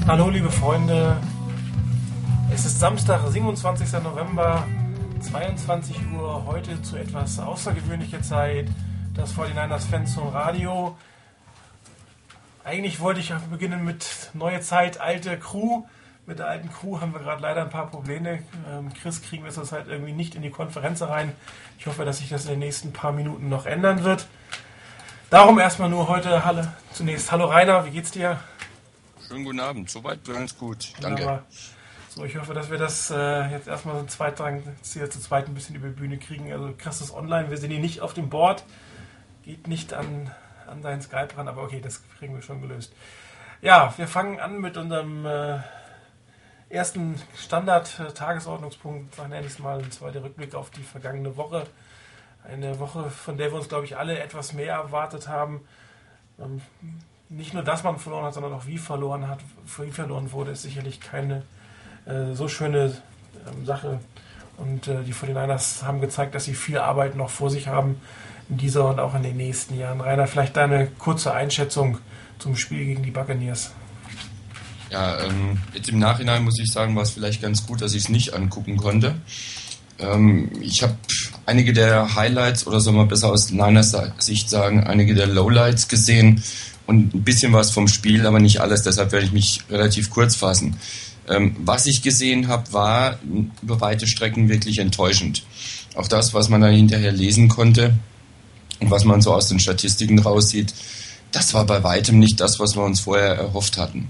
Hallo liebe Freunde, es ist Samstag, 27. November, 22 Uhr, heute zu etwas außergewöhnlicher Zeit, das 49ers Fans zum Radio. Eigentlich wollte ich beginnen mit neue Zeit, alte Crew. Mit der alten Crew haben wir gerade leider ein paar Probleme. Chris kriegen wir es das halt irgendwie nicht in die Konferenz rein. Ich hoffe, dass sich das in den nächsten paar Minuten noch ändern wird. Darum erstmal nur heute zunächst Hallo Rainer, wie geht's dir? Schönen guten Abend, soweit ganz gut, danke. Wunderbar. So, ich hoffe, dass wir das jetzt erstmal so zu zweit ein bisschen über die Bühne kriegen. Also Chris ist online, wir sind hier nicht auf dem Board, geht nicht an seinen Skype ran, aber okay, das kriegen wir schon gelöst. Ja, wir fangen an mit unserem ersten Standard-Tagesordnungspunkt, nenne ich es mal, und zwar der Rückblick auf die vergangene Woche. Eine Woche, von der wir uns, glaube ich, alle etwas mehr erwartet haben. Nicht nur, dass man verloren hat, sondern auch wie verloren wurde, ist sicherlich keine so schöne Sache. Und die 49ers haben gezeigt, dass sie viel Arbeit noch vor sich haben in dieser und auch in den nächsten Jahren. Rainer, vielleicht deine kurze Einschätzung zum Spiel gegen die Buccaneers. Ja, jetzt im Nachhinein muss ich sagen, war es vielleicht ganz gut, dass ich es nicht angucken konnte. Ich habe einige der Highlights, oder soll man besser aus Niners Sicht sagen, einige der Lowlights gesehen und ein bisschen was vom Spiel, aber nicht alles, deshalb werde ich mich relativ kurz fassen. Was ich gesehen habe, war über weite Strecken wirklich enttäuschend. Auch das, was man dann hinterher lesen konnte und was man so aus den Statistiken raussieht, das war bei weitem nicht das, was wir uns vorher erhofft hatten.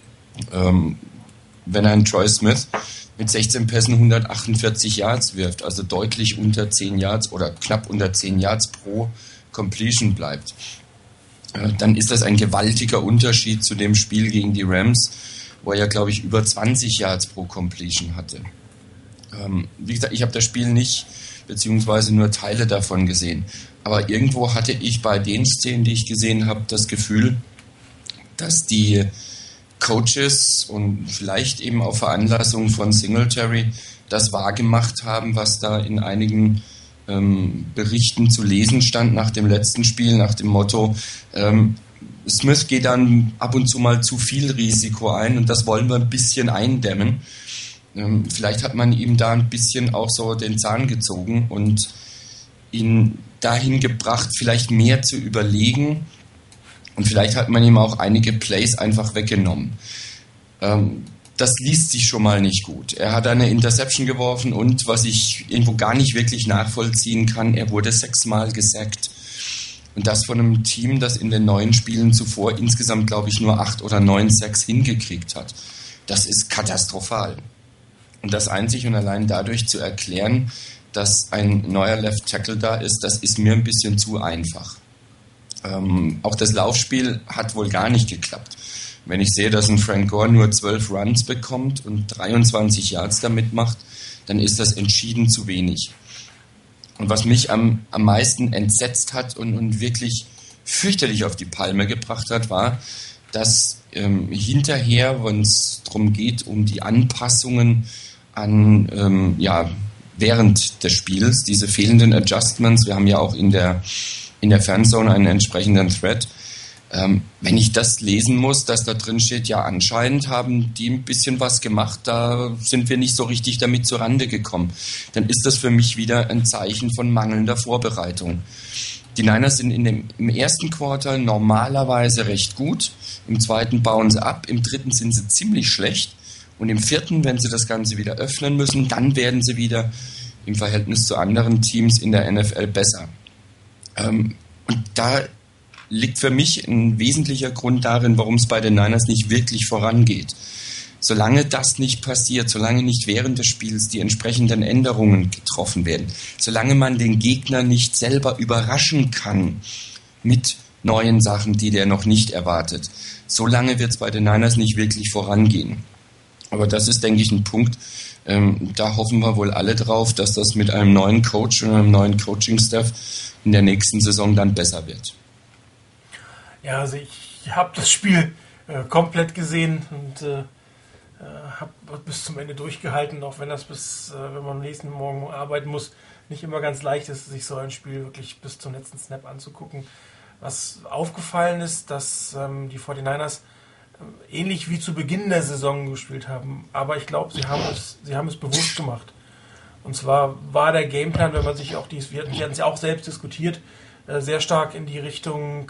Wenn ein Troy Smith mit 16 Pässen 148 Yards wirft, also deutlich unter 10 Yards oder knapp unter 10 Yards pro Completion bleibt, dann ist das ein gewaltiger Unterschied zu dem Spiel gegen die Rams, wo er ja, glaube ich, über 20 Yards pro Completion hatte. Wie gesagt, ich habe das Spiel nicht, beziehungsweise nur Teile davon gesehen. Aber irgendwo hatte ich bei den Szenen, die ich gesehen habe, das Gefühl, dass die Coaches und vielleicht eben auf Veranlassung von Singletary das wahrgemacht haben, was da in einigen Berichten zu lesen stand nach dem letzten Spiel, nach dem Motto, Smith geht dann ab und zu mal zu viel Risiko ein und das wollen wir ein bisschen eindämmen. Vielleicht hat man ihm da ein bisschen auch so den Zahn gezogen und ihn dahin gebracht, vielleicht mehr zu überlegen. Und vielleicht hat man ihm auch einige Plays einfach weggenommen. Das liest sich schon mal nicht gut. Er hat eine Interception geworfen und, was ich irgendwo gar nicht wirklich nachvollziehen kann, er wurde 6-mal gesackt. Und das von einem Team, das in den 9 Spielen zuvor insgesamt, glaube ich, nur 8 oder 9 Sacks hingekriegt hat. Das ist katastrophal. Und das einzig und allein dadurch zu erklären, dass ein neuer Left Tackle da ist, das ist mir ein bisschen zu einfach. Auch das Laufspiel hat wohl gar nicht geklappt. Wenn ich sehe, dass ein Frank Gore nur 12 Runs bekommt und 23 Yards damit macht, dann ist das entschieden zu wenig. Und was mich am meisten entsetzt hat und wirklich fürchterlich auf die Palme gebracht hat, war, dass hinterher, wenn es darum geht, um die Anpassungen an, während des Spiels, diese fehlenden Adjustments, wir haben ja auch in der Fanzone einen entsprechenden Thread. Wenn ich das lesen muss, dass da drin steht, ja, anscheinend haben die ein bisschen was gemacht, da sind wir nicht so richtig damit zurande gekommen, dann ist das für mich wieder ein Zeichen von mangelnder Vorbereitung. Die Niners sind im ersten Quartal normalerweise recht gut, im zweiten bauen sie ab, im dritten sind sie ziemlich schlecht und im vierten, wenn sie das Ganze wieder öffnen müssen, dann werden sie wieder im Verhältnis zu anderen Teams in der NFL besser. Und da liegt für mich ein wesentlicher Grund darin, warum es bei den Niners nicht wirklich vorangeht. Solange das nicht passiert, solange nicht während des Spiels die entsprechenden Änderungen getroffen werden, solange man den Gegner nicht selber überraschen kann mit neuen Sachen, die der noch nicht erwartet, solange wird es bei den Niners nicht wirklich vorangehen. Aber das ist, denke ich, ein Punkt, da hoffen wir wohl alle drauf, dass das mit einem neuen Coach und einem neuen Coaching-Staff in der nächsten Saison dann besser wird. Ja, also ich habe das Spiel komplett gesehen und habe bis zum Ende durchgehalten, auch wenn das wenn man am nächsten Morgen arbeiten muss, nicht immer ganz leicht ist, sich so ein Spiel wirklich bis zum letzten Snap anzugucken. Was aufgefallen ist, dass die 49ers ähnlich wie zu Beginn der Saison gespielt haben. Aber ich glaube, sie haben es bewusst gemacht. Und zwar war der Gameplan, wenn man sich auch wir hatten es ja auch selbst diskutiert, sehr stark in die Richtung,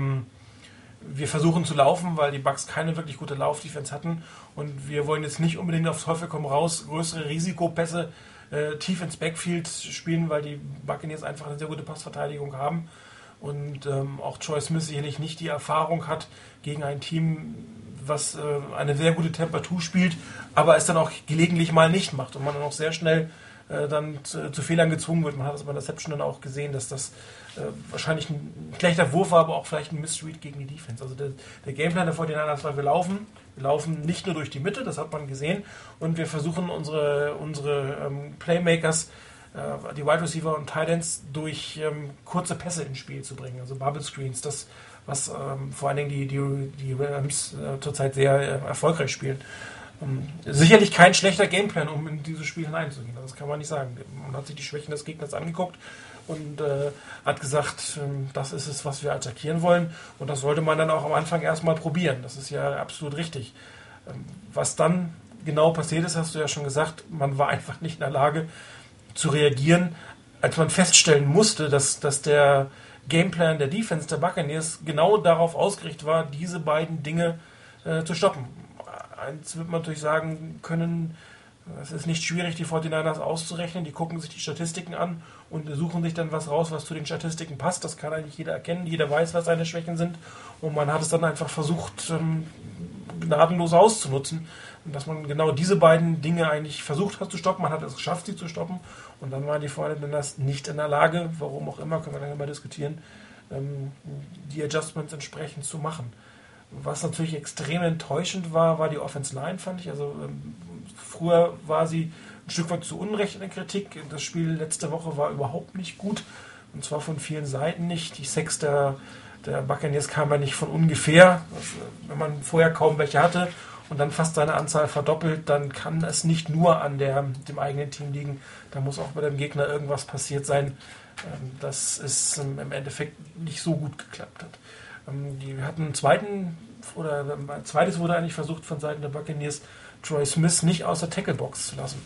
wir versuchen zu laufen, weil die Bucks keine wirklich gute Laufdefense hatten und wir wollen jetzt nicht unbedingt auf Teufel komm raus größere Risikopässe tief ins Backfield spielen, weil die Buccaneers einfach eine sehr gute Passverteidigung haben und auch Troy Smith sicherlich nicht die Erfahrung hat gegen ein Team, was eine sehr gute Temperatur spielt, aber es dann auch gelegentlich mal nicht macht und man dann auch sehr schnell dann zu Fehlern gezwungen wird. Man hat es bei der Deception dann auch gesehen, dass das wahrscheinlich ein schlechter Wurf war, aber auch vielleicht ein Missread gegen die Defense. Also der Gameplan der 49ers war, wir laufen nicht nur durch die Mitte, das hat man gesehen, und wir versuchen unsere Playmakers, die Wide Receiver und Tight Ends durch kurze Pässe ins Spiel zu bringen, also Bubble Screens, das was vor allen Dingen die Rams zurzeit sehr erfolgreich spielen. Sicherlich kein schlechter Gameplan, um in dieses Spiel hineinzugehen. Das kann man nicht sagen. Man hat sich die Schwächen des Gegners angeguckt und hat gesagt, das ist es, was wir attackieren wollen. Und das sollte man dann auch am Anfang erstmal probieren. Das ist ja absolut richtig. Was dann genau passiert ist, hast du ja schon gesagt, man war einfach nicht in der Lage zu reagieren, als man feststellen musste, dass der Gameplan der Defense der Buccaneers genau darauf ausgerichtet war, diese beiden Dinge zu stoppen. Eins wird man natürlich sagen können, es ist nicht schwierig, die 49ers auszurechnen. Die gucken sich die Statistiken an und suchen sich dann was raus, was zu den Statistiken passt. Das kann eigentlich jeder erkennen. Jeder weiß, was seine Schwächen sind. Und man hat es dann einfach versucht, gnadenlos auszunutzen. Und dass man genau diese beiden Dinge eigentlich versucht hat zu stoppen. Man hat es geschafft, sie zu stoppen. Und dann waren die 49ers nicht in der Lage, warum auch immer, können wir dann mal diskutieren, die Adjustments entsprechend zu machen. Was natürlich extrem enttäuschend war die Offense Line, fand ich. Also früher war sie ein Stück weit zu Unrecht in der Kritik. Das Spiel letzte Woche war überhaupt nicht gut. Und zwar von vielen Seiten nicht. Die Sacks der Buccaneers kamen ja nicht von ungefähr. Wenn man vorher kaum welche hatte und dann fast seine Anzahl verdoppelt, dann kann es nicht nur an dem eigenen Team liegen. Da muss auch bei dem Gegner irgendwas passiert sein, dass es im Endeffekt nicht so gut geklappt hat. Die hatten zweites wurde eigentlich versucht von Seiten der Buccaneers, Troy Smith nicht aus der Tacklebox zu lassen.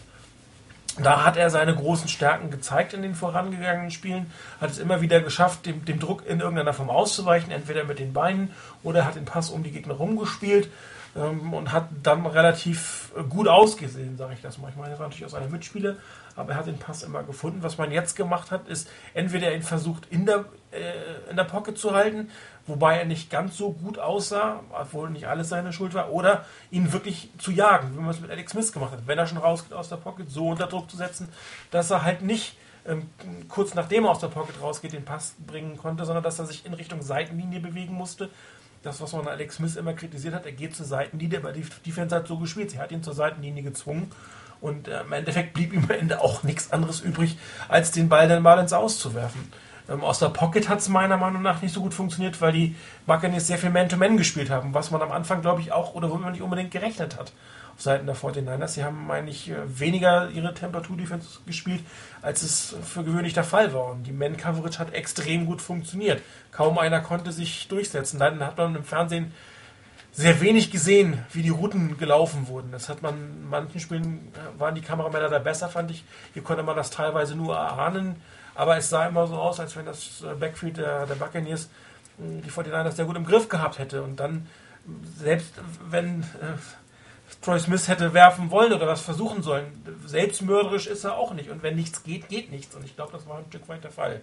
Da hat er seine großen Stärken gezeigt in den vorangegangenen Spielen, hat es immer wieder geschafft, dem Druck in irgendeiner Form auszuweichen, entweder mit den Beinen oder hat den Pass um die Gegner rumgespielt und hat dann relativ gut ausgesehen, sage ich das mal. Ich meine, das war natürlich auch seine Mitspieler, aber er hat den Pass immer gefunden. Was man jetzt gemacht hat, ist entweder ihn versucht in der Pocket zu halten, wobei er nicht ganz so gut aussah, obwohl nicht alles seine Schuld war, oder ihn wirklich zu jagen, wie man es mit Alex Smith gemacht hat. Wenn er schon rausgeht aus der Pocket, so unter Druck zu setzen, dass er halt nicht kurz nachdem er aus der Pocket rausgeht, den Pass bringen konnte, sondern dass er sich in Richtung Seitenlinie bewegen musste. Das, was man Alex Smith immer kritisiert hat, er geht zur Seitenlinie, aber die Defense hat so gespielt, sie hat ihn zur Seitenlinie gezwungen und im Endeffekt blieb ihm am Ende auch nichts anderes übrig, als den Ball dann mal ins Auszuwerfen. Aus der Pocket hat es meiner Meinung nach nicht so gut funktioniert, weil die Buccaneers sehr viel Man-to-Man gespielt haben, was man am Anfang, glaube ich, auch, oder womit man nicht unbedingt gerechnet hat auf Seiten der 49ers. Sie haben eigentlich weniger ihre Temperatur-Defense gespielt, als es für gewöhnlich der Fall war. Und die Man-Coverage hat extrem gut funktioniert. Kaum einer konnte sich durchsetzen. Dann hat man im Fernsehen sehr wenig gesehen, wie die Routen gelaufen wurden. Das hat man in manchen Spielen, waren die Kameramänner da besser, fand ich. Hier konnte man das teilweise nur erahnen. Aber es sah immer so aus, als wenn das Backfield der Buccaneers die 49ers sehr gut im Griff gehabt hätte. Und dann, selbst wenn Troy Smith hätte werfen wollen oder was versuchen sollen, selbstmörderisch ist er auch nicht. Und wenn nichts geht, geht nichts. Und ich glaube, das war ein Stück weit der Fall.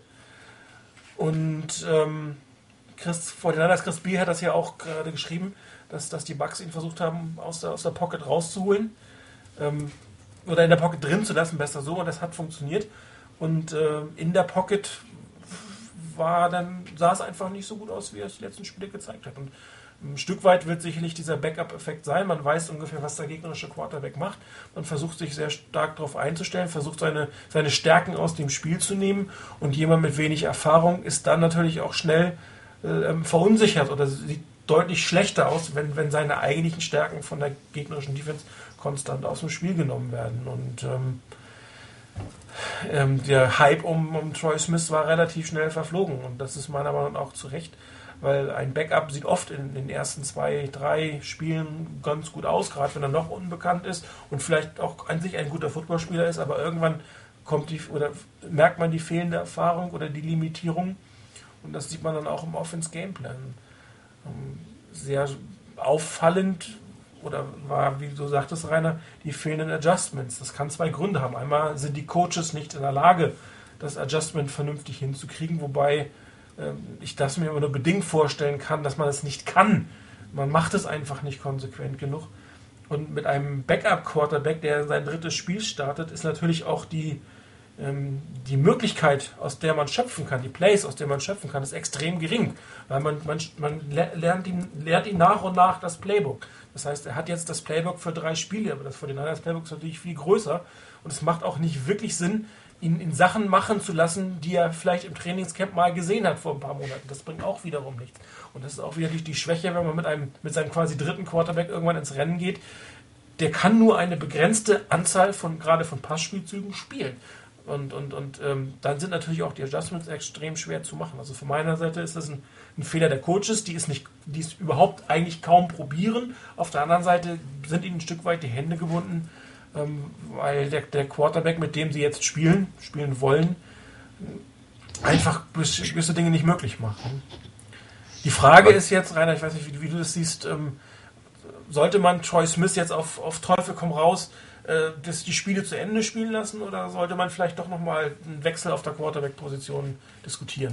Und 49ers Chris Beal hat das ja auch gerade geschrieben, dass die Bucks ihn versucht haben, aus der Pocket rauszuholen. Oder in der Pocket drin zu lassen, besser so. Und das hat funktioniert. Und in der Pocket sah es einfach nicht so gut aus, wie er es die letzten Spiele gezeigt hat. Und ein Stück weit wird sicherlich dieser Backup-Effekt sein. Man weiß ungefähr, was der gegnerische Quarterback macht. Man versucht sich sehr stark darauf einzustellen, versucht seine Stärken aus dem Spiel zu nehmen. Und jemand mit wenig Erfahrung ist dann natürlich auch schnell verunsichert oder sieht deutlich schlechter aus, wenn seine eigentlichen Stärken von der gegnerischen Defense konstant aus dem Spiel genommen werden. Und der Hype um Troy Smith war relativ schnell verflogen und das ist meiner Meinung nach auch zu Recht. weil ein Backup sieht oft in den ersten 2, 3 Spielen ganz gut aus, gerade wenn er noch unbekannt ist und vielleicht auch an sich ein guter Footballspieler ist, aber irgendwann merkt man die fehlende Erfahrung oder die Limitierung, und das sieht man dann auch im Offense-Gameplan. Sehr auffallend oder war, wie du sagtest, Rainer, die fehlenden Adjustments. Das kann 2 Gründe haben. Einmal sind die Coaches nicht in der Lage, das Adjustment vernünftig hinzukriegen, wobei ich das mir immer nur bedingt vorstellen kann, dass man es nicht kann. Man macht es einfach nicht konsequent genug. Und mit einem Backup-Quarterback, der sein 3. Spiel startet, ist natürlich auch die Möglichkeit, aus der man schöpfen kann, die Plays, aus der man schöpfen kann, ist extrem gering. Weil man lernt ihn nach und nach das Playbook. Das heißt, er hat jetzt das Playbook für 3 Spiele, aber das 49ers Playbook ist natürlich viel größer. Und es macht auch nicht wirklich Sinn, ihn in Sachen machen zu lassen, die er vielleicht im Trainingscamp mal gesehen hat vor ein paar Monaten. Das bringt auch wiederum nichts. Und das ist auch wieder die Schwäche, wenn man mit seinem quasi 3. Quarterback irgendwann ins Rennen geht. Der kann nur eine begrenzte Anzahl gerade von Passspielzügen spielen. Und dann sind natürlich auch die Adjustments extrem schwer zu machen. Also von meiner Seite ist das ein Fehler der Coaches, die es überhaupt eigentlich kaum probieren. Auf der anderen Seite sind ihnen ein Stück weit die Hände gebunden, weil der Quarterback, mit dem sie jetzt spielen wollen, einfach gewisse Dinge nicht möglich macht. Die Frage ist jetzt, Rainer, ich weiß nicht, wie du das siehst, sollte man Troy Smith jetzt auf Teufel komm raus die Spiele zu Ende spielen lassen, oder sollte man vielleicht doch nochmal einen Wechsel auf der Quarterback-Position diskutieren?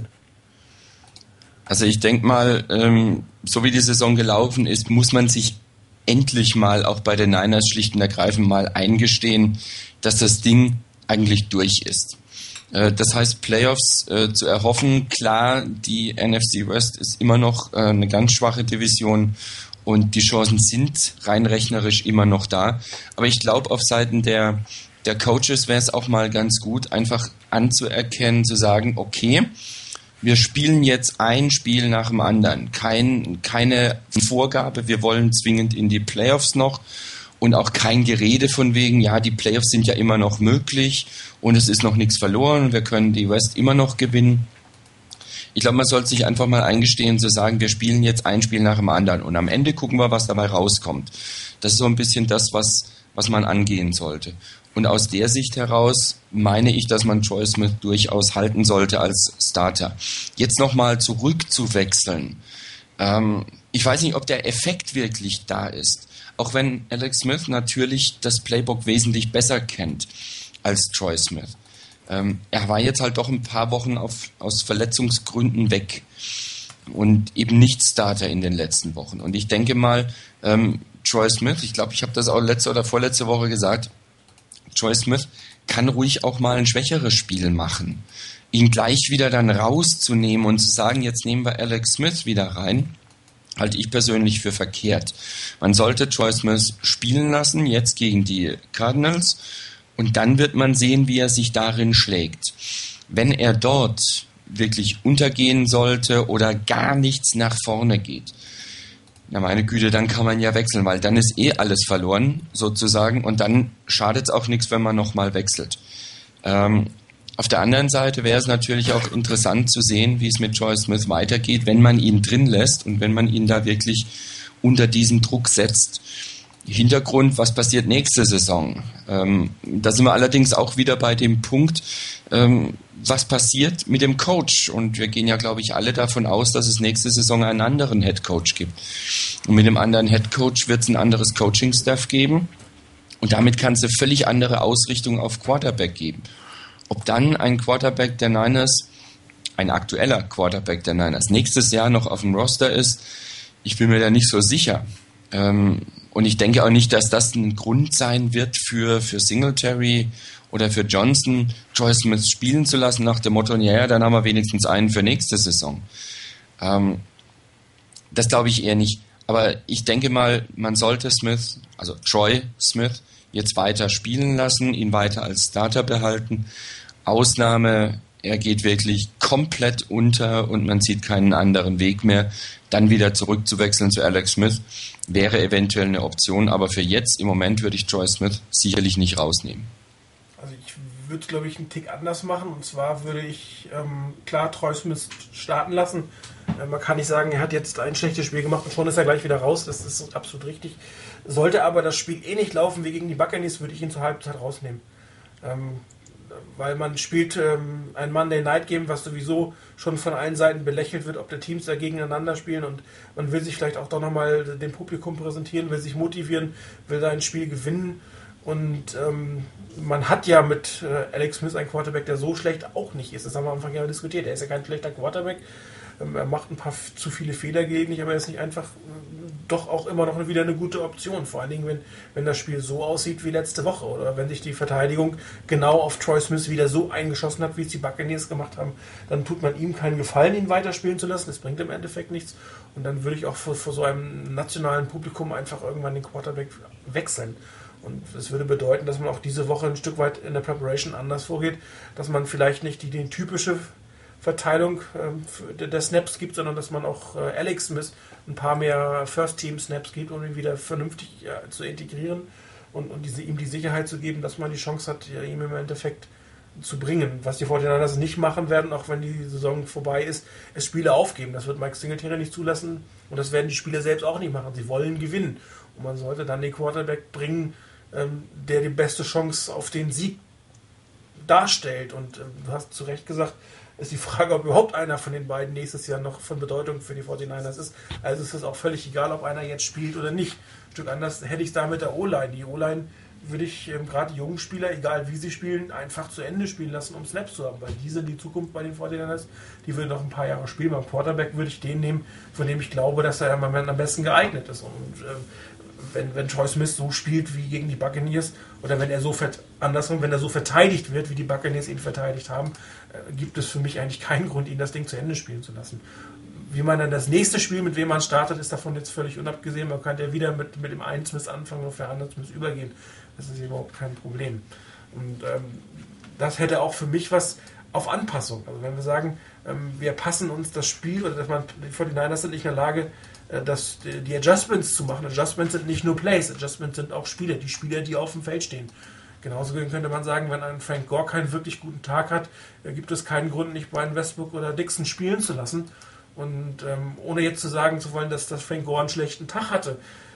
Also ich denke mal, so wie die Saison gelaufen ist, muss man sich endlich mal auch bei den Niners schlicht und ergreifend mal eingestehen, dass das Ding eigentlich durch ist. Das heißt, Playoffs zu erhoffen, klar, die NFC West ist immer noch eine ganz schwache Division und die Chancen sind rein rechnerisch immer noch da. Aber ich glaube, auf Seiten der Coaches wäre es auch mal ganz gut, einfach anzuerkennen, zu sagen, okay, wir spielen jetzt ein Spiel nach dem anderen. Keine Vorgabe, wir wollen zwingend in die Playoffs noch, und auch kein Gerede von wegen, ja, die Playoffs sind ja immer noch möglich und es ist noch nichts verloren, wir können die West immer noch gewinnen. Ich glaube, man sollte sich einfach mal eingestehen, zu sagen, wir spielen jetzt ein Spiel nach dem anderen und am Ende gucken wir, was dabei rauskommt. Das ist so ein bisschen das, was man angehen sollte. Und aus der Sicht heraus meine ich, dass man Troy Smith durchaus halten sollte als Starter. Jetzt nochmal zurückzuwechseln. Ich weiß nicht, ob der Effekt wirklich da ist. Auch wenn Alex Smith natürlich das Playbook wesentlich besser kennt als Troy Smith. Er war jetzt halt doch ein paar Wochen aus Verletzungsgründen weg und eben nicht Starter in den letzten Wochen. Und ich denke mal, Troy Smith, ich glaube, ich habe das auch letzte oder vorletzte Woche gesagt, Troy Smith kann ruhig auch mal ein schwächeres Spiel machen. Ihn gleich wieder dann rauszunehmen und zu sagen, jetzt nehmen wir Alex Smith wieder rein, halte ich persönlich für verkehrt. Man sollte Troy Smith spielen lassen, jetzt gegen die Cardinals, und dann wird man sehen, wie er sich darin schlägt. Wenn er dort wirklich untergehen sollte oder gar nichts nach vorne geht, na meine Güte, dann kann man ja wechseln, weil dann ist alles verloren, sozusagen, und dann schadet es auch nichts, wenn man nochmal wechselt. Auf der anderen Seite wäre es natürlich auch interessant zu sehen, wie es mit Troy Smith weitergeht, wenn man ihn drin lässt und wenn man ihn da wirklich unter diesen Druck setzt. Hintergrund, was passiert nächste Saison? Da sind wir allerdings auch wieder bei dem Punkt, was passiert mit dem Coach? Und wir gehen ja, glaube ich, alle davon aus, dass es nächste Saison einen anderen Headcoach gibt. Und mit dem anderen Headcoach wird es ein anderes Coaching-Staff geben. Und damit kann es eine völlig andere Ausrichtung auf Quarterback geben. Ob dann ein Quarterback der Niners, ein aktueller Quarterback der Niners, nächstes Jahr noch auf dem Roster ist, ich bin mir da nicht so sicher. Und ich denke auch nicht, dass das ein Grund sein wird für Singletary oder für Johnson, Troy Smith spielen zu lassen nach dem Motto, ja, dann haben wir wenigstens einen für nächste Saison. Das glaube ich eher nicht. Aber ich denke mal, man sollte Troy Smith, jetzt weiter spielen lassen, ihn weiter als Starter behalten. Ausnahme, er geht wirklich komplett unter und man sieht keinen anderen Weg mehr. Dann wieder zurückzuwechseln zu Alex Smith wäre eventuell eine Option, aber für jetzt im Moment würde ich Troy Smith sicherlich nicht rausnehmen. Also ich würde es, glaube ich, einen Tick anders machen, und zwar würde ich klar Troy Smith starten lassen, Man kann nicht sagen, er hat jetzt ein schlechtes Spiel gemacht und schon ist er gleich wieder raus. Das ist absolut richtig. Sollte aber das Spiel nicht laufen wie gegen die Buccaneers, würde ich ihn zur Halbzeit rausnehmen. Weil man spielt ein Monday Night Game, was sowieso schon von allen Seiten belächelt wird, ob der Teams da gegeneinander spielen, und man will sich vielleicht auch doch nochmal dem Publikum präsentieren, will sich motivieren, will sein Spiel gewinnen, und man hat ja mit Alex Smith einen Quarterback, der so schlecht auch nicht ist. Das haben wir am Anfang ja diskutiert. Er ist ja kein schlechter Quarterback. Er macht ein paar zu viele Fehler gegen dich, aber er ist nicht einfach doch auch immer noch wieder eine gute Option. Vor allen Dingen, wenn das Spiel so aussieht wie letzte Woche oder wenn sich die Verteidigung genau auf Troy Smith wieder so eingeschossen hat, wie es die Buccaneers gemacht haben, dann tut man ihm keinen Gefallen, ihn weiterspielen zu lassen. Das bringt im Endeffekt nichts. Und dann würde ich auch vor so einem nationalen Publikum einfach irgendwann den Quarterback wechseln. Und das würde bedeuten, dass man auch diese Woche ein Stück weit in der Preparation anders vorgeht, dass man vielleicht nicht die typische Verteilung der Snaps gibt, sondern dass man auch Alex Smith ein paar mehr First-Team-Snaps gibt, um ihn wieder vernünftig zu integrieren und ihm die Sicherheit zu geben, dass man die Chance hat, ihm im Endeffekt zu bringen. Was die 49ers nicht machen werden, auch wenn die Saison vorbei ist Spiele aufgeben. Das wird Mike Singletary nicht zulassen und das werden die Spieler selbst auch nicht machen. Sie wollen gewinnen. Und man sollte dann den Quarterback bringen, der die beste Chance auf den Sieg darstellt. Und du hast zu Recht gesagt, ist die Frage, ob überhaupt einer von den beiden nächstes Jahr noch von Bedeutung für die 49ers ist. Also ist es auch völlig egal, ob einer jetzt spielt oder nicht. Ein Stück anders hätte ich es da mit der O-Line. Die O-Line würde ich gerade die jungen Spieler, egal wie sie spielen, einfach zu Ende spielen lassen, um Snaps zu haben. Weil die sind die Zukunft bei den 49ers. Die würden noch ein paar Jahre spielen. Beim Quarterback würde ich den nehmen, von dem ich glaube, dass er im Moment am besten geeignet ist. Und wenn Troy Smith so spielt wie gegen die Buccaneers oder wenn er so wenn er so verteidigt wird, wie die Buccaneers ihn verteidigt haben, gibt es für mich eigentlich keinen Grund, ihn das Ding zu Ende spielen zu lassen. Wie man dann das nächste Spiel, mit wem man startet, ist davon jetzt völlig unabgesehen. Man kann ja wieder mit dem einen Smith anfangen und auf den anderen Smith übergehen. Das ist überhaupt kein Problem. Und das hätte auch für mich was auf Anpassung. Also wenn wir sagen, wir passen uns das Spiel, oder dass die 49ers sind nicht in der Lage, die Adjustments zu machen. Adjustments sind nicht nur Plays, Adjustments sind auch Spieler, die auf dem Feld stehen. Genauso könnte man sagen, wenn ein Frank Gore keinen wirklich guten Tag hat, gibt es keinen Grund, nicht Brian Westbrook oder Dixon spielen zu lassen. Und ohne jetzt zu sagen zu wollen, dass Frank Gore einen schlechten Tag hatte.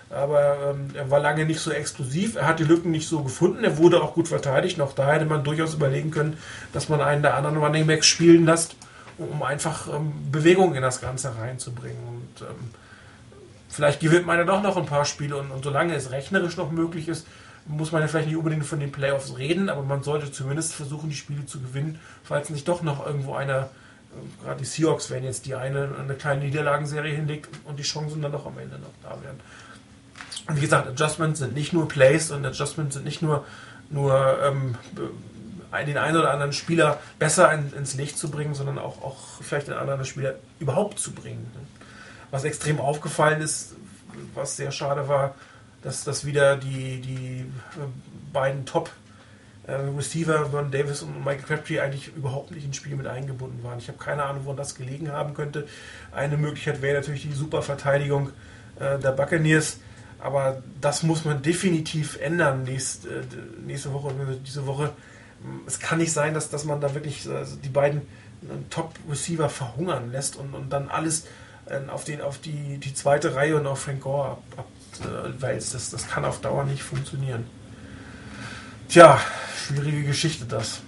Aber er war lange nicht so explosiv, er hat die Lücken nicht so gefunden, er wurde auch gut verteidigt. Auch da hätte man durchaus überlegen können, dass man einen der anderen Running Backs spielen lässt, um einfach Bewegung in das Ganze reinzubringen. Und vielleicht gewinnt man ja doch noch ein paar Spiele und solange es rechnerisch noch möglich ist, muss man ja vielleicht nicht unbedingt von den Playoffs reden, aber man sollte zumindest versuchen, die Spiele zu gewinnen, falls nicht doch noch irgendwo einer, gerade die Seahawks werden jetzt eine kleine Niederlagenserie hinlegt und die Chancen dann doch am Ende noch da wären. Und wie gesagt, Adjustments sind nicht nur Plays und Adjustments sind nicht nur den einen oder anderen Spieler besser ins Licht zu bringen, sondern auch vielleicht den anderen Spieler überhaupt zu bringen. Was extrem aufgefallen ist, was sehr schade war, dass wieder die beiden Top-Receiver, Vernon Davis und Michael Crabtree, eigentlich überhaupt nicht ins Spiel mit eingebunden waren. Ich habe keine Ahnung, woran das gelegen haben könnte. Eine Möglichkeit wäre natürlich die Superverteidigung der Buccaneers, aber das muss man definitiv ändern nächste Woche oder diese Woche. Es kann nicht sein, dass man da wirklich die beiden Top-Receiver verhungern lässt und dann alles auf die zweite Reihe und auf Frank Gore abwälzt. Das kann auf Dauer nicht funktionieren. Tja, schwierige Geschichte das.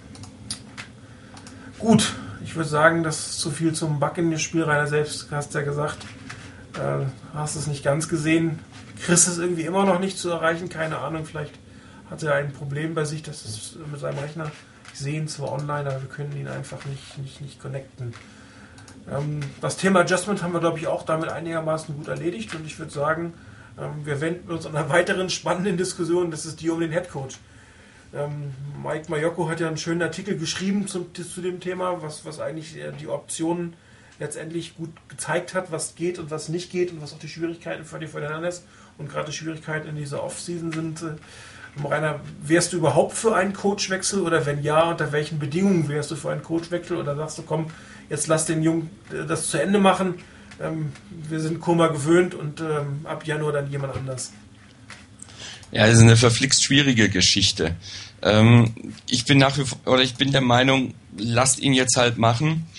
Gut, ich würde sagen, das ist zu viel zum Buccaneers-Spiel. Rainer selbst, hast ja gesagt, hast es nicht ganz gesehen. Chris ist irgendwie immer noch nicht zu erreichen, keine Ahnung, vielleicht hat er ein Problem bei sich, das ist mit seinem Rechner. Ich sehe ihn zwar online, aber wir können ihn einfach nicht connecten. Das Thema Adjustment haben wir, glaube ich, auch damit einigermaßen gut erledigt und ich würde sagen, wir wenden uns an einer weiteren spannenden Diskussion, das ist die um den Headcoach. Mike Majocco hat ja einen schönen Artikel geschrieben zu dem Thema, was eigentlich die Optionen letztendlich gut gezeigt hat, was geht und was nicht geht und was auch die Schwierigkeiten für die 49ers und gerade die Schwierigkeiten in dieser Offseason sind. Rainer, wärst du überhaupt für einen Coachwechsel oder wenn ja, unter welchen Bedingungen wärst du für einen Coachwechsel oder sagst du, komm, jetzt lass den Jungen das zu Ende machen, wir sind Koma gewöhnt und ab Januar dann jemand anders? Ja, das ist eine verflixt schwierige Geschichte. Ich bin der Meinung, lasst ihn jetzt halt machen.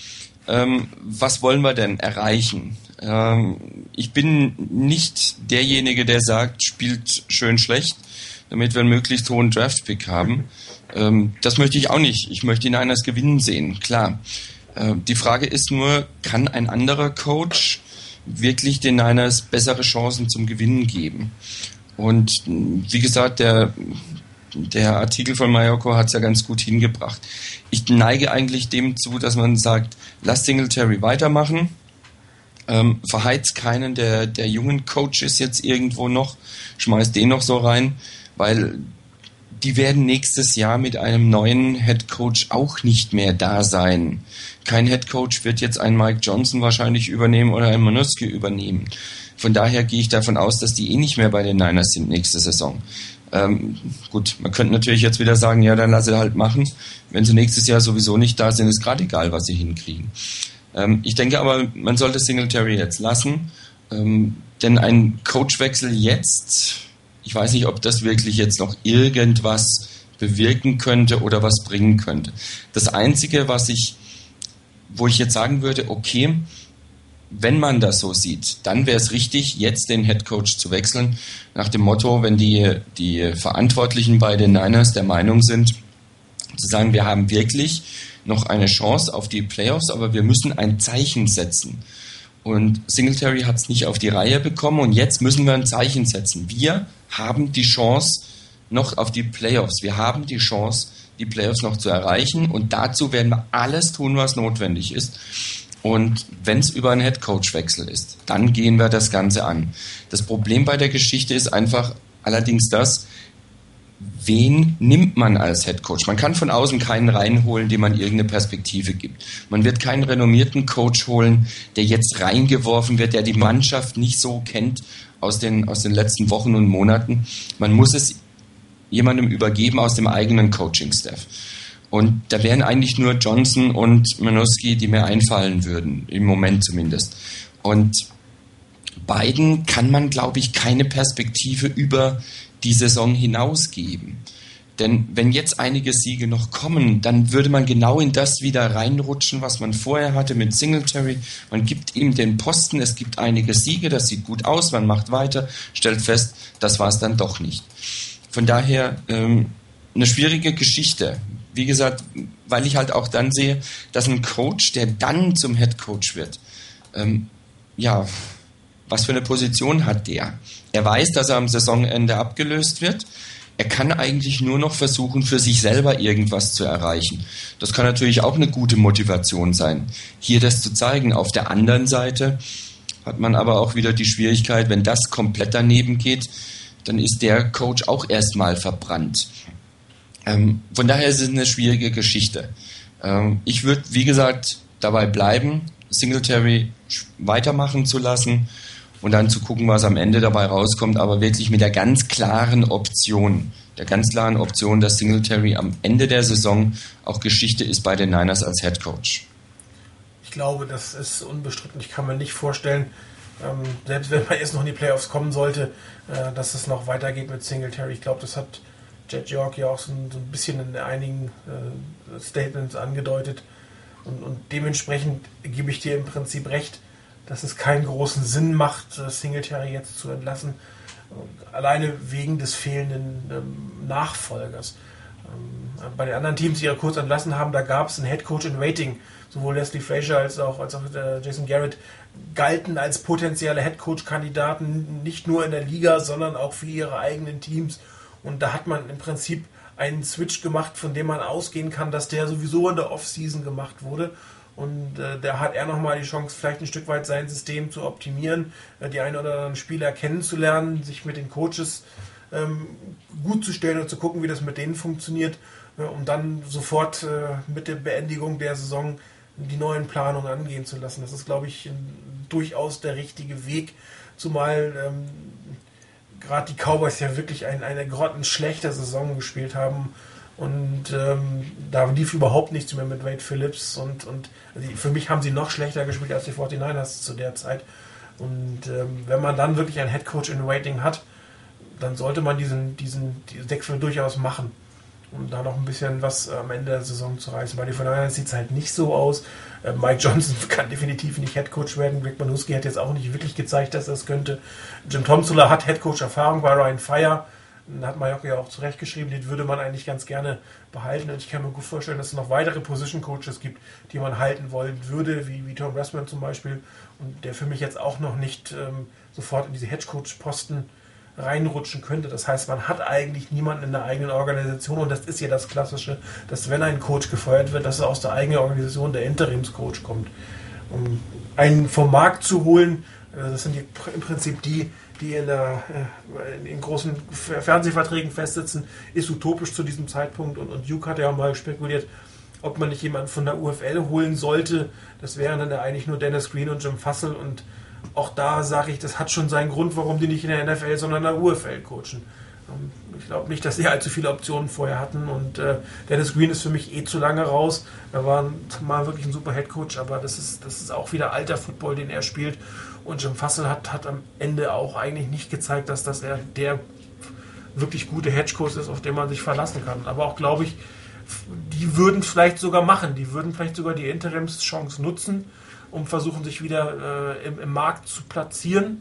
Was wollen wir denn erreichen? Ich bin nicht derjenige, der sagt, spielt schön schlecht, damit wir einen möglichst hohen Draft-Pick haben. Das möchte ich auch nicht. Ich möchte die Niners gewinnen sehen, klar. Die Frage ist nur, kann ein anderer Coach wirklich den Niners bessere Chancen zum Gewinnen geben? Und wie gesagt, der Artikel von Mayoko hat es ja ganz gut hingebracht. Ich neige eigentlich dem zu, dass man sagt, lass Singletary weitermachen, verheizt keinen der jungen Coaches jetzt irgendwo noch, schmeißt den noch so rein, weil die werden nächstes Jahr mit einem neuen Head Coach auch nicht mehr da sein. Kein Head Coach wird jetzt einen Mike Johnson wahrscheinlich übernehmen oder einen Manusky übernehmen. Von daher gehe ich davon aus, dass die nicht mehr bei den Niners sind nächste Saison. Gut, man könnte natürlich jetzt wieder sagen, ja, dann lass sie halt machen. Wenn sie nächstes Jahr sowieso nicht da sind, ist gerade egal, was sie hinkriegen. Ich denke aber, man sollte Singletary jetzt lassen, denn ein Coachwechsel jetzt, ich weiß nicht, ob das wirklich jetzt noch irgendwas bewirken könnte oder was bringen könnte. Das Einzige, wo ich jetzt sagen würde, okay, wenn man das so sieht, dann wäre es richtig, jetzt den Headcoach zu wechseln, nach dem Motto, wenn die Verantwortlichen bei den Niners der Meinung sind, zu sagen, wir haben wirklich noch eine Chance auf die Playoffs, aber wir müssen ein Zeichen setzen. Und Singletary hat es nicht auf die Reihe bekommen und jetzt müssen wir ein Zeichen setzen. Wir haben die Chance noch auf die Playoffs. Wir haben die Chance, die Playoffs noch zu erreichen und dazu werden wir alles tun, was notwendig ist. Und wenn es über einen Headcoach-Wechsel ist, dann gehen wir das Ganze an. Das Problem bei der Geschichte ist einfach allerdings das, wen nimmt man als Headcoach? Man kann von außen keinen reinholen, dem man irgendeine Perspektive gibt. Man wird keinen renommierten Coach holen, der jetzt reingeworfen wird, der die Mannschaft nicht so kennt aus den letzten Wochen und Monaten. Man muss es jemandem übergeben aus dem eigenen Coaching-Staff. Und da wären eigentlich nur Johnson und Manusky, die mir einfallen würden, im Moment zumindest. Und beiden kann man, glaube ich, keine Perspektive über die Saison hinausgeben. Denn wenn jetzt einige Siege noch kommen, dann würde man genau in das wieder reinrutschen, was man vorher hatte mit Singletary. Man gibt ihm den Posten, es gibt einige Siege, das sieht gut aus, man macht weiter, stellt fest, das war es dann doch nicht. Von daher eine schwierige Geschichte. Wie gesagt, weil ich halt auch dann sehe, dass ein Coach, der dann zum Head Coach wird, was für eine Position hat der? Er weiß, dass er am Saisonende abgelöst wird. Er kann eigentlich nur noch versuchen, für sich selber irgendwas zu erreichen. Das kann natürlich auch eine gute Motivation sein, hier das zu zeigen. Auf der anderen Seite hat man aber auch wieder die Schwierigkeit, wenn das komplett daneben geht, dann ist der Coach auch erstmal verbrannt. Von daher ist es eine schwierige Geschichte. Ich würde, wie gesagt, dabei bleiben, Singletary weitermachen zu lassen und dann zu gucken, was am Ende dabei rauskommt, aber wirklich mit der ganz klaren Option, dass Singletary am Ende der Saison auch Geschichte ist bei den Niners als Head Coach. Ich glaube, das ist unbestritten. Ich kann mir nicht vorstellen, selbst wenn man erst noch in die Playoffs kommen sollte, dass es noch weitergeht mit Singletary. Ich glaube, das hat Jed York ja auch so ein bisschen in einigen Statements angedeutet. Und dementsprechend gebe ich dir im Prinzip recht, dass es keinen großen Sinn macht, Singletary jetzt zu entlassen, alleine wegen des fehlenden Nachfolgers. Bei den anderen Teams, die ja kurz entlassen haben, da gab es einen Headcoach in Waiting. Sowohl Leslie Frazier als auch Jason Garrett galten als potenzielle Headcoach-Kandidaten, nicht nur in der Liga, sondern auch für ihre eigenen Teams. Und da hat man im Prinzip einen Switch gemacht, von dem man ausgehen kann, dass der sowieso in der Offseason gemacht wurde. Und da hat er nochmal die Chance, vielleicht ein Stück weit sein System zu optimieren, die einen oder anderen Spieler kennenzulernen, sich mit den Coaches gut zu stellen und zu gucken, wie das mit denen funktioniert, um dann sofort mit der Beendigung der Saison die neuen Planungen angehen zu lassen. Das ist, glaube ich, durchaus der richtige Weg, zumal gerade die Cowboys ja wirklich eine grottenschlechte Saison gespielt haben. Und da lief überhaupt nichts mehr mit Wade Phillips und also für mich haben sie noch schlechter gespielt als die 49ers zu der Zeit. Und wenn man dann wirklich einen Headcoach in Waiting hat, dann sollte man diesen Wechsel durchaus machen. um da noch ein bisschen was am Ende der Saison zu reißen. Bei den Fortinanders sieht es halt nicht so aus. Mike Johnson kann definitiv nicht Headcoach werden. Greg Manusky hat jetzt auch nicht wirklich gezeigt, dass er es könnte. Jim Tomsula hat Headcoach-Erfahrung bei Ryan Fire. Da hat Mallorca ja auch zurechtgeschrieben, den würde man eigentlich ganz gerne behalten. Und ich kann mir gut vorstellen, dass es noch weitere Position-Coaches gibt, die man halten wollen würde, wie Tom Rassman zum Beispiel. Und der für mich jetzt auch noch nicht sofort in diese Headcoach-Posten reinrutschen könnte. Das heißt, man hat eigentlich niemanden in der eigenen Organisation und das ist ja das Klassische, dass wenn ein Coach gefeuert wird, dass er aus der eigenen Organisation der Interimscoach kommt. Um einen vom Markt zu holen, das sind im Prinzip die in großen Fernsehverträgen festsitzen, ist utopisch zu diesem Zeitpunkt und Duke hat ja auch mal spekuliert, ob man nicht jemanden von der UFL holen sollte. Das wären dann ja eigentlich nur Dennis Green und Jim Fussell und auch da sage ich, das hat schon seinen Grund, warum die nicht in der NFL, sondern in der UFL coachen. Ich glaube nicht, dass sie allzu viele Optionen vorher hatten und Dennis Green ist für mich zu lange raus. Er war mal wirklich ein super Headcoach, aber das ist auch wieder alter Football, den er spielt. Und Jim Fussell hat am Ende auch eigentlich nicht gezeigt, dass er der wirklich gute Headcoach ist, auf den man sich verlassen kann. Aber auch, glaube ich, die würden vielleicht sogar die Interimschance nutzen, um versuchen, sich wieder im Markt zu platzieren.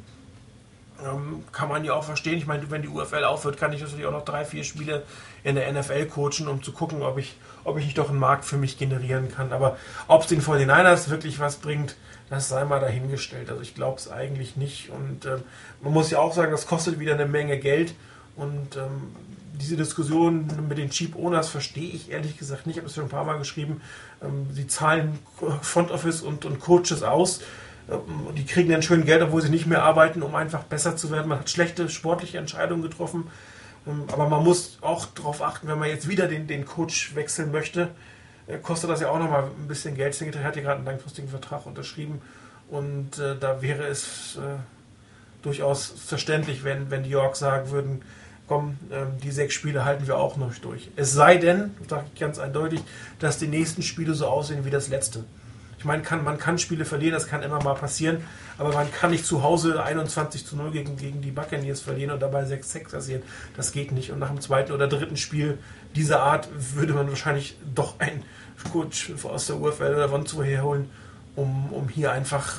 Kann man ja auch verstehen. Ich meine, wenn die UFL aufhört, kann ich natürlich auch noch 3-4 Spiele in der NFL coachen, um zu gucken, ob ich nicht doch einen Markt für mich generieren kann. Aber ob es den 49ers wirklich was bringt, das sei mal dahingestellt. Also ich glaube es eigentlich nicht. Und man muss ja auch sagen, das kostet wieder eine Menge Geld. Und diese Diskussion mit den Cheap Owners verstehe ich ehrlich gesagt nicht. Ich habe es schon ein paar Mal geschrieben. Sie zahlen Front Office und Coaches aus. Die kriegen dann schön Geld, obwohl sie nicht mehr arbeiten, um einfach besser zu werden. Man hat schlechte sportliche Entscheidungen getroffen. Aber man muss auch darauf achten, wenn man jetzt wieder den Coach wechseln möchte, kostet das ja auch nochmal ein bisschen Geld. Singletary hat hier gerade einen langfristigen Vertrag unterschrieben. Und da wäre es durchaus verständlich, wenn die Yorks sagen würden, komm, die 6 Spiele halten wir auch noch durch. Es sei denn, sage ich ganz eindeutig, dass die nächsten Spiele so aussehen wie das letzte. Ich meine, man kann Spiele verlieren, das kann immer mal passieren, aber man kann nicht zu Hause 21-0 gegen die Buccaneers verlieren und dabei 6-6 kassieren. Das geht nicht. Und nach dem 2. oder 3. Spiel dieser Art würde man wahrscheinlich doch einen Coach aus der UFL oder sonst woher holen, um hier einfach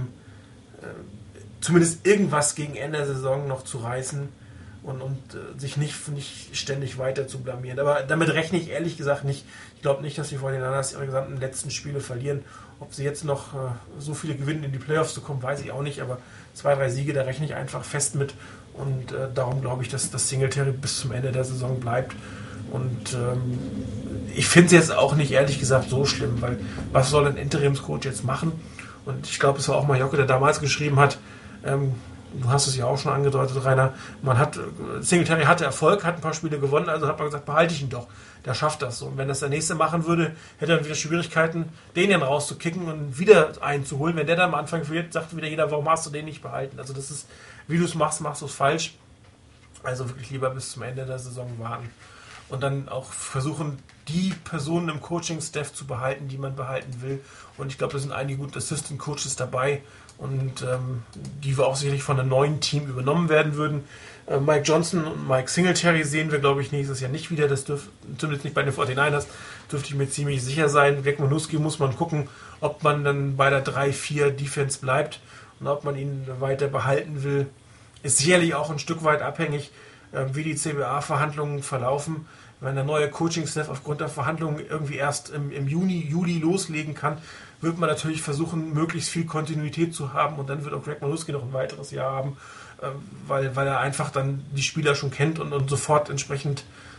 zumindest irgendwas gegen Ende der Saison noch zu reißen und sich nicht ständig weiter zu blamieren. Aber damit rechne ich ehrlich gesagt nicht. Ich glaube nicht, dass die 49ers ihre gesamten letzten Spiele verlieren. Ob sie jetzt noch so viele gewinnen, in die Playoffs zu kommen, weiß ich auch nicht. Aber 2-3 Siege, da rechne ich einfach fest mit. Und darum glaube ich, dass das Singletary bis zum Ende der Saison bleibt. Und ich finde es jetzt auch nicht, ehrlich gesagt, so schlimm, weil was soll ein Interimscoach jetzt machen? Und ich glaube, es war auch Mallorca, der damals geschrieben hat, du hast es ja auch schon angedeutet, Rainer, Singletary hatte Erfolg, hat ein paar Spiele gewonnen, also hat man gesagt, behalte ich ihn doch. Der schafft das. Und wenn das der Nächste machen würde, hätte er dann wieder Schwierigkeiten, den dann rauszukicken und wieder einzuholen. Wenn der dann am Anfang verliert, sagt wieder jeder, warum hast du den nicht behalten? Also das ist, wie du es machst du es falsch. Also wirklich lieber bis zum Ende der Saison warten. Und dann auch versuchen, die Personen im Coaching-Staff zu behalten, die man behalten will. Und ich glaube, da sind einige gute Assistant-Coaches dabei und die wir auch sicherlich von einem neuen Team übernommen werden würden. Mike Johnson und Mike Singletary sehen wir, glaube ich, nächstes Jahr nicht wieder. Das zumindest nicht bei den 49ers, dürfte ich mir ziemlich sicher sein. Greg Manusky muss man gucken, ob man dann bei der 3-4 Defense bleibt und ob man ihn weiter behalten will. Ist sicherlich auch ein Stück weit abhängig, wie die CBA-Verhandlungen verlaufen. Wenn der neue Coaching-Staff aufgrund der Verhandlungen irgendwie erst im Juli loslegen kann, wird man natürlich versuchen, möglichst viel Kontinuität zu haben und dann wird auch Greg Manusky noch ein weiteres Jahr haben, weil er einfach dann die Spieler schon kennt und sofort entsprechend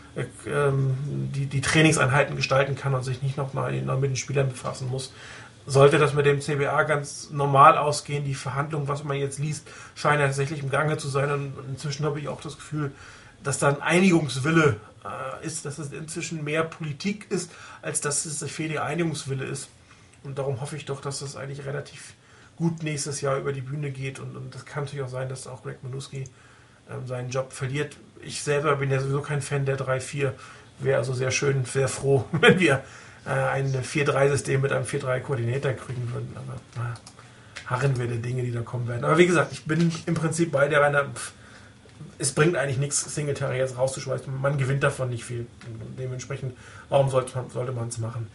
die Trainingseinheiten gestalten kann und sich nicht noch mit den Spielern befassen muss. Sollte das mit dem CBA ganz normal ausgehen, die Verhandlungen, was man jetzt liest, scheinen tatsächlich im Gange zu sein und inzwischen habe ich auch das Gefühl, dass da ein Einigungswille ist, dass es inzwischen mehr Politik ist, als dass es für die Einigungswille ist. Und darum hoffe ich doch, dass das eigentlich relativ gut nächstes Jahr über die Bühne geht. Und das kann natürlich auch sein, dass auch Greg Manusky seinen Job verliert. Ich selber bin ja sowieso kein Fan der 3-4. Wäre also sehr schön, sehr froh, wenn wir ein 4-3-System mit einem 4-3-Koordinator kriegen würden. Aber harren wir der Dinge, die da kommen werden. Aber wie gesagt, ich bin im Prinzip bei der Rainer. es bringt eigentlich nichts, Singletary jetzt rauszuschmeißen. Man gewinnt davon nicht viel. Dementsprechend, warum sollte man es machen?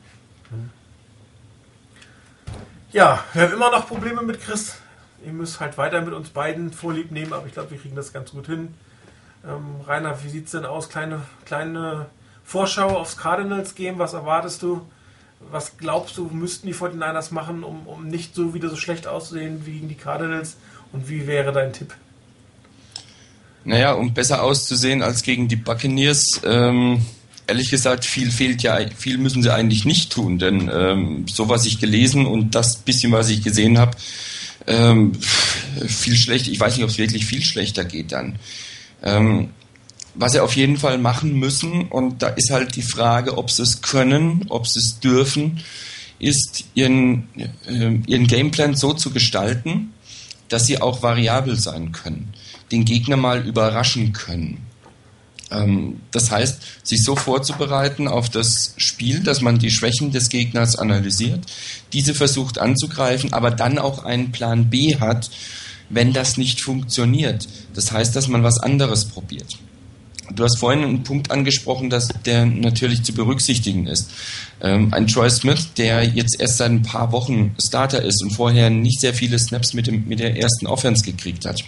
Ja, wir haben immer noch Probleme mit Chris. Ihr müsst halt weiter mit uns beiden Vorlieb nehmen, aber ich glaube, wir kriegen das ganz gut hin. Rainer, wie sieht es denn aus? Kleine Vorschau aufs Cardinals-Game. Was erwartest du? Was glaubst du, müssten die 49ers machen, um nicht so wieder so schlecht auszusehen wie gegen die Cardinals? Und wie wäre dein Tipp? Naja, um besser auszusehen als gegen die Buccaneers, ehrlich gesagt, viel müssen sie eigentlich nicht tun, denn so was ich gelesen und das bisschen, was ich gesehen habe, viel schlecht. Ich weiß nicht, ob es wirklich viel schlechter geht dann. Was sie auf jeden Fall machen müssen, und da ist halt die Frage, ob sie es können, ob sie es dürfen, ist ihren Gameplan so zu gestalten, dass sie auch variabel sein können, den Gegner mal überraschen können. Das heißt, sich so vorzubereiten auf das Spiel, dass man die Schwächen des Gegners analysiert, diese versucht anzugreifen, aber dann auch einen Plan B hat, wenn das nicht funktioniert. Das heißt, dass man was anderes probiert. Du hast vorhin einen Punkt angesprochen, der natürlich zu berücksichtigen ist. Ein Troy Smith, der jetzt erst seit ein paar Wochen Starter ist und vorher nicht sehr viele Snaps mit der ersten Offense gekriegt hat,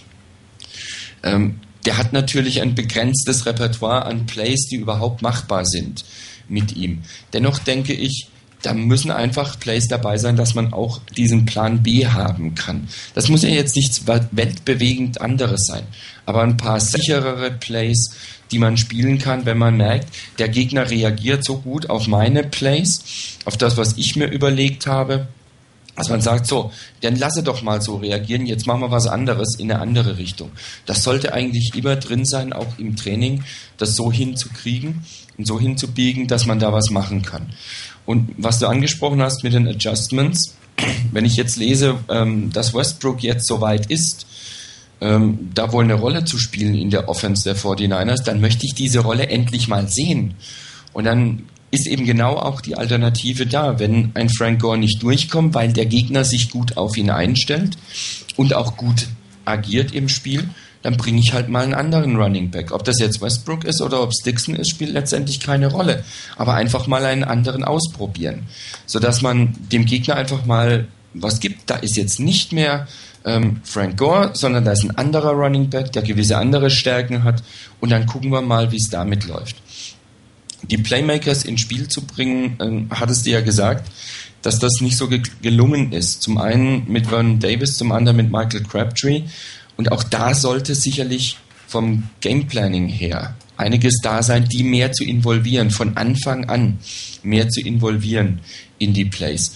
der hat natürlich ein begrenztes Repertoire an Plays, die überhaupt machbar sind mit ihm. Dennoch denke ich, da müssen einfach Plays dabei sein, dass man auch diesen Plan B haben kann. Das muss ja jetzt nichts weltbewegend anderes sein, aber ein paar sicherere Plays, die man spielen kann, wenn man merkt, der Gegner reagiert so gut auf meine Plays, auf das, was ich mir überlegt habe, dass man sagt, so, dann lasse doch mal so reagieren, jetzt machen wir was anderes in eine andere Richtung. Das sollte eigentlich immer drin sein, auch im Training, das so hinzukriegen und so hinzubiegen, dass man da was machen kann. Und was du angesprochen hast mit den Adjustments, wenn ich jetzt lese, dass Westbrook jetzt soweit ist, da wohl eine Rolle zu spielen in der Offense der 49ers, dann möchte ich diese Rolle endlich mal sehen. Und dann ist eben genau auch die Alternative da, wenn ein Frank Gore nicht durchkommt, weil der Gegner sich gut auf ihn einstellt und auch gut agiert im Spiel, dann bringe ich halt mal einen anderen Running Back. Ob das jetzt Westbrook ist oder ob es Dixon ist, spielt letztendlich keine Rolle. Aber einfach mal einen anderen ausprobieren, sodass man dem Gegner einfach mal was gibt. Da ist jetzt nicht mehr Frank Gore, sondern da ist ein anderer Running Back, der gewisse andere Stärken hat, und dann gucken wir mal, wie es damit läuft. Die Playmakers ins Spiel zu bringen, hattest du ja gesagt, dass das nicht so gelungen ist. Zum einen mit Vernon Davis, zum anderen mit Michael Crabtree. Und auch da sollte sicherlich vom Gameplanning her einiges da sein, die mehr zu involvieren, von Anfang an mehr zu involvieren in die Plays.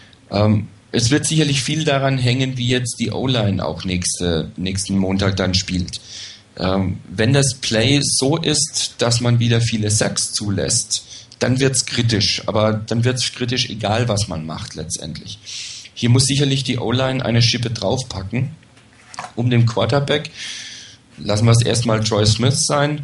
Es wird sicherlich viel daran hängen, wie jetzt die O-Line auch nächsten Montag dann spielt. Wenn das Play so ist, dass man wieder viele Sacks zulässt, dann wird es kritisch. Aber dann wird es kritisch, egal was man macht letztendlich. Hier muss sicherlich die O-Line eine Schippe draufpacken, um dem Quarterback, lassen wir es erstmal Troy Smith sein,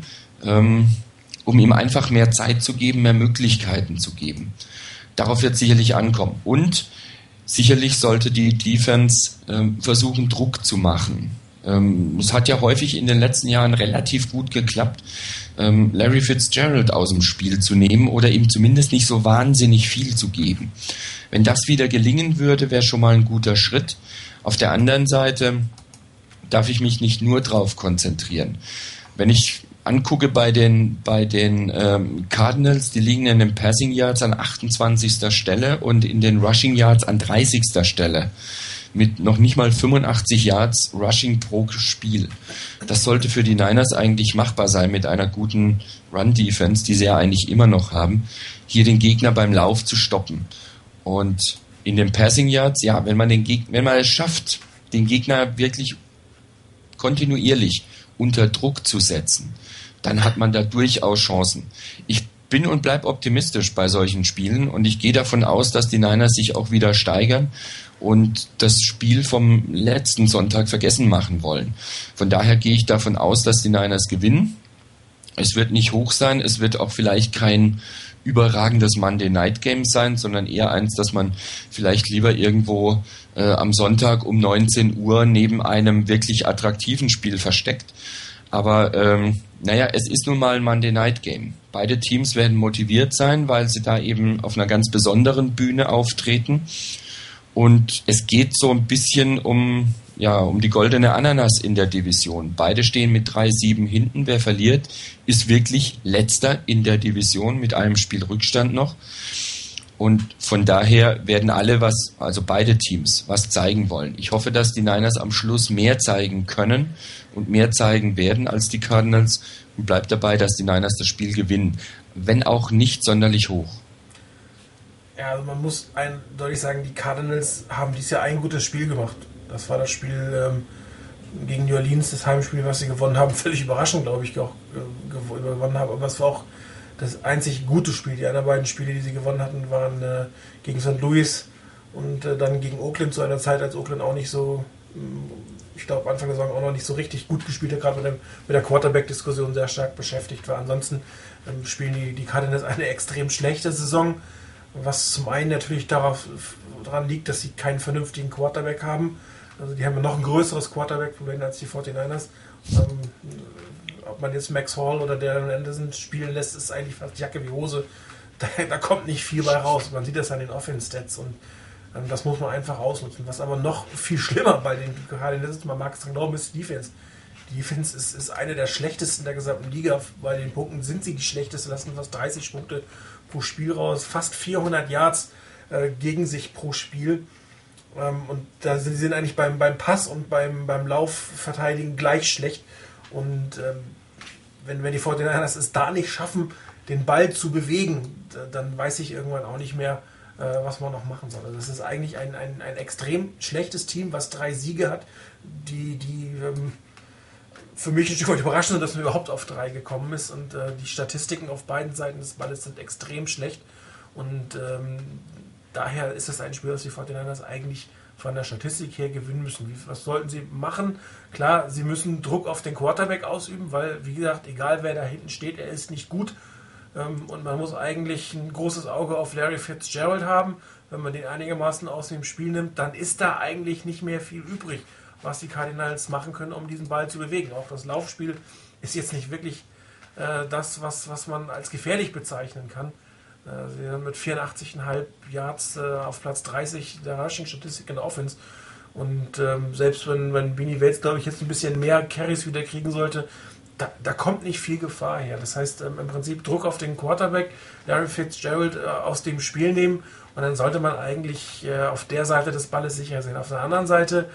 um ihm einfach mehr Zeit zu geben, mehr Möglichkeiten zu geben. Darauf wird es sicherlich ankommen. Und sicherlich sollte die Defense versuchen, Druck zu machen. Es hat ja häufig in den letzten Jahren relativ gut geklappt, Larry Fitzgerald aus dem Spiel zu nehmen oder ihm zumindest nicht so wahnsinnig viel zu geben. Wenn das wieder gelingen würde, wäre schon mal ein guter Schritt. Auf der anderen Seite darf ich mich nicht nur drauf konzentrieren. Wenn ich angucke bei den Cardinals, die liegen in den Passing Yards an 28. Stelle und in den Rushing Yards an 30. Stelle. Mit noch nicht mal 85 Yards Rushing pro Spiel. Das sollte für die Niners eigentlich machbar sein mit einer guten Run-Defense, die sie ja eigentlich immer noch haben, hier den Gegner beim Lauf zu stoppen. Und in den Passing Yards, ja, wenn man es schafft, den Gegner wirklich kontinuierlich unter Druck zu setzen, dann hat man da durchaus Chancen. Ich bin und bleibe optimistisch bei solchen Spielen und ich gehe davon aus, dass die Niners sich auch wieder steigern und das Spiel vom letzten Sonntag vergessen machen wollen. Von daher gehe ich davon aus, dass die Niners gewinnen. Es wird nicht hoch sein, es wird auch vielleicht kein überragendes Monday Night Game sein, sondern eher eins, das man vielleicht lieber irgendwo am Sonntag um 19 Uhr neben einem wirklich attraktiven Spiel versteckt. Aber es ist nun mal ein Monday Night Game. Beide Teams werden motiviert sein, weil sie da eben auf einer ganz besonderen Bühne auftreten. Und es geht so ein bisschen um die goldene Ananas in der Division. Beide stehen mit 3-7 hinten. Wer verliert, ist wirklich Letzter in der Division mit einem Spiel Rückstand noch. Und von daher werden also beide Teams, was zeigen wollen. Ich hoffe, dass die Niners am Schluss mehr zeigen können und mehr zeigen werden als die Cardinals und bleibt dabei, dass die Niners das Spiel gewinnen. Wenn auch nicht sonderlich hoch. Ja, also man muss eindeutig sagen, die Cardinals haben dieses Jahr ein gutes Spiel gemacht. Das war das Spiel gegen New Orleans, das Heimspiel, was sie gewonnen haben. Völlig überraschend, glaube ich, auch gewonnen haben. Aber es war auch das einzig gute Spiel. Die anderen beiden Spiele, die sie gewonnen hatten, waren gegen St. Louis und dann gegen Oakland zu einer Zeit, als Oakland auch nicht so, ich glaube Anfang der Saison auch noch nicht so richtig gut gespielt hat, gerade mit der Quarterback-Diskussion sehr stark beschäftigt war. Ansonsten spielen die Cardinals eine extrem schlechte Saison, was zum einen natürlich daran liegt, dass sie keinen vernünftigen Quarterback haben. Also die haben ja noch ein größeres Quarterback-Problem als die 49ers. Ob man jetzt Max Hall oder Darren Anderson spielen lässt, ist eigentlich fast Jacke wie Hose. Da kommt nicht viel bei raus. Man sieht das an den Offense-Stats und das muss man einfach ausnutzen. Was aber noch viel schlimmer bei den Cardinals ist, man mag es glauben, ist die Defense. Die Defense ist eine der schlechtesten der gesamten Liga. Bei den Punkten sind sie die schlechteste, lassen fast 30 Punkte pro Spiel raus, fast 400 Yards gegen sich pro Spiel. Und da sind eigentlich beim Pass und beim Laufverteidigen gleich schlecht. Und wenn die 49ers es da nicht schaffen, den Ball zu bewegen, dann weiß ich irgendwann auch nicht mehr, was man noch machen soll. Also das ist eigentlich ein extrem schlechtes Team, was 3 Siege hat, die für mich ein Stück weit überraschend sind, dass man überhaupt auf 3 gekommen ist. Und die Statistiken auf beiden Seiten des Balles sind extrem schlecht. Und daher ist es ein Spiel, das die 49ers eigentlich von der Statistik her gewinnen müssen. Was sollten sie machen? Klar, sie müssen Druck auf den Quarterback ausüben, weil, wie gesagt, egal wer da hinten steht, er ist nicht gut. Und man muss eigentlich ein großes Auge auf Larry Fitzgerald haben. Wenn man den einigermaßen aus dem Spiel nimmt, dann ist da eigentlich nicht mehr viel übrig, was die Cardinals machen können, um diesen Ball zu bewegen. Auch das Laufspiel ist jetzt nicht wirklich das, was man als gefährlich bezeichnen kann. Sie sind mit 84,5 Yards auf Platz 30 der Rushing-Statistik in der Offense. Und selbst wenn Beanie Wells, glaube ich, jetzt ein bisschen mehr Carries wieder kriegen sollte, da kommt nicht viel Gefahr her. Das heißt, im Prinzip Druck auf den Quarterback, Larry Fitzgerald aus dem Spiel nehmen und dann sollte man eigentlich auf der Seite des Balles sicher sein. Auf der anderen Seite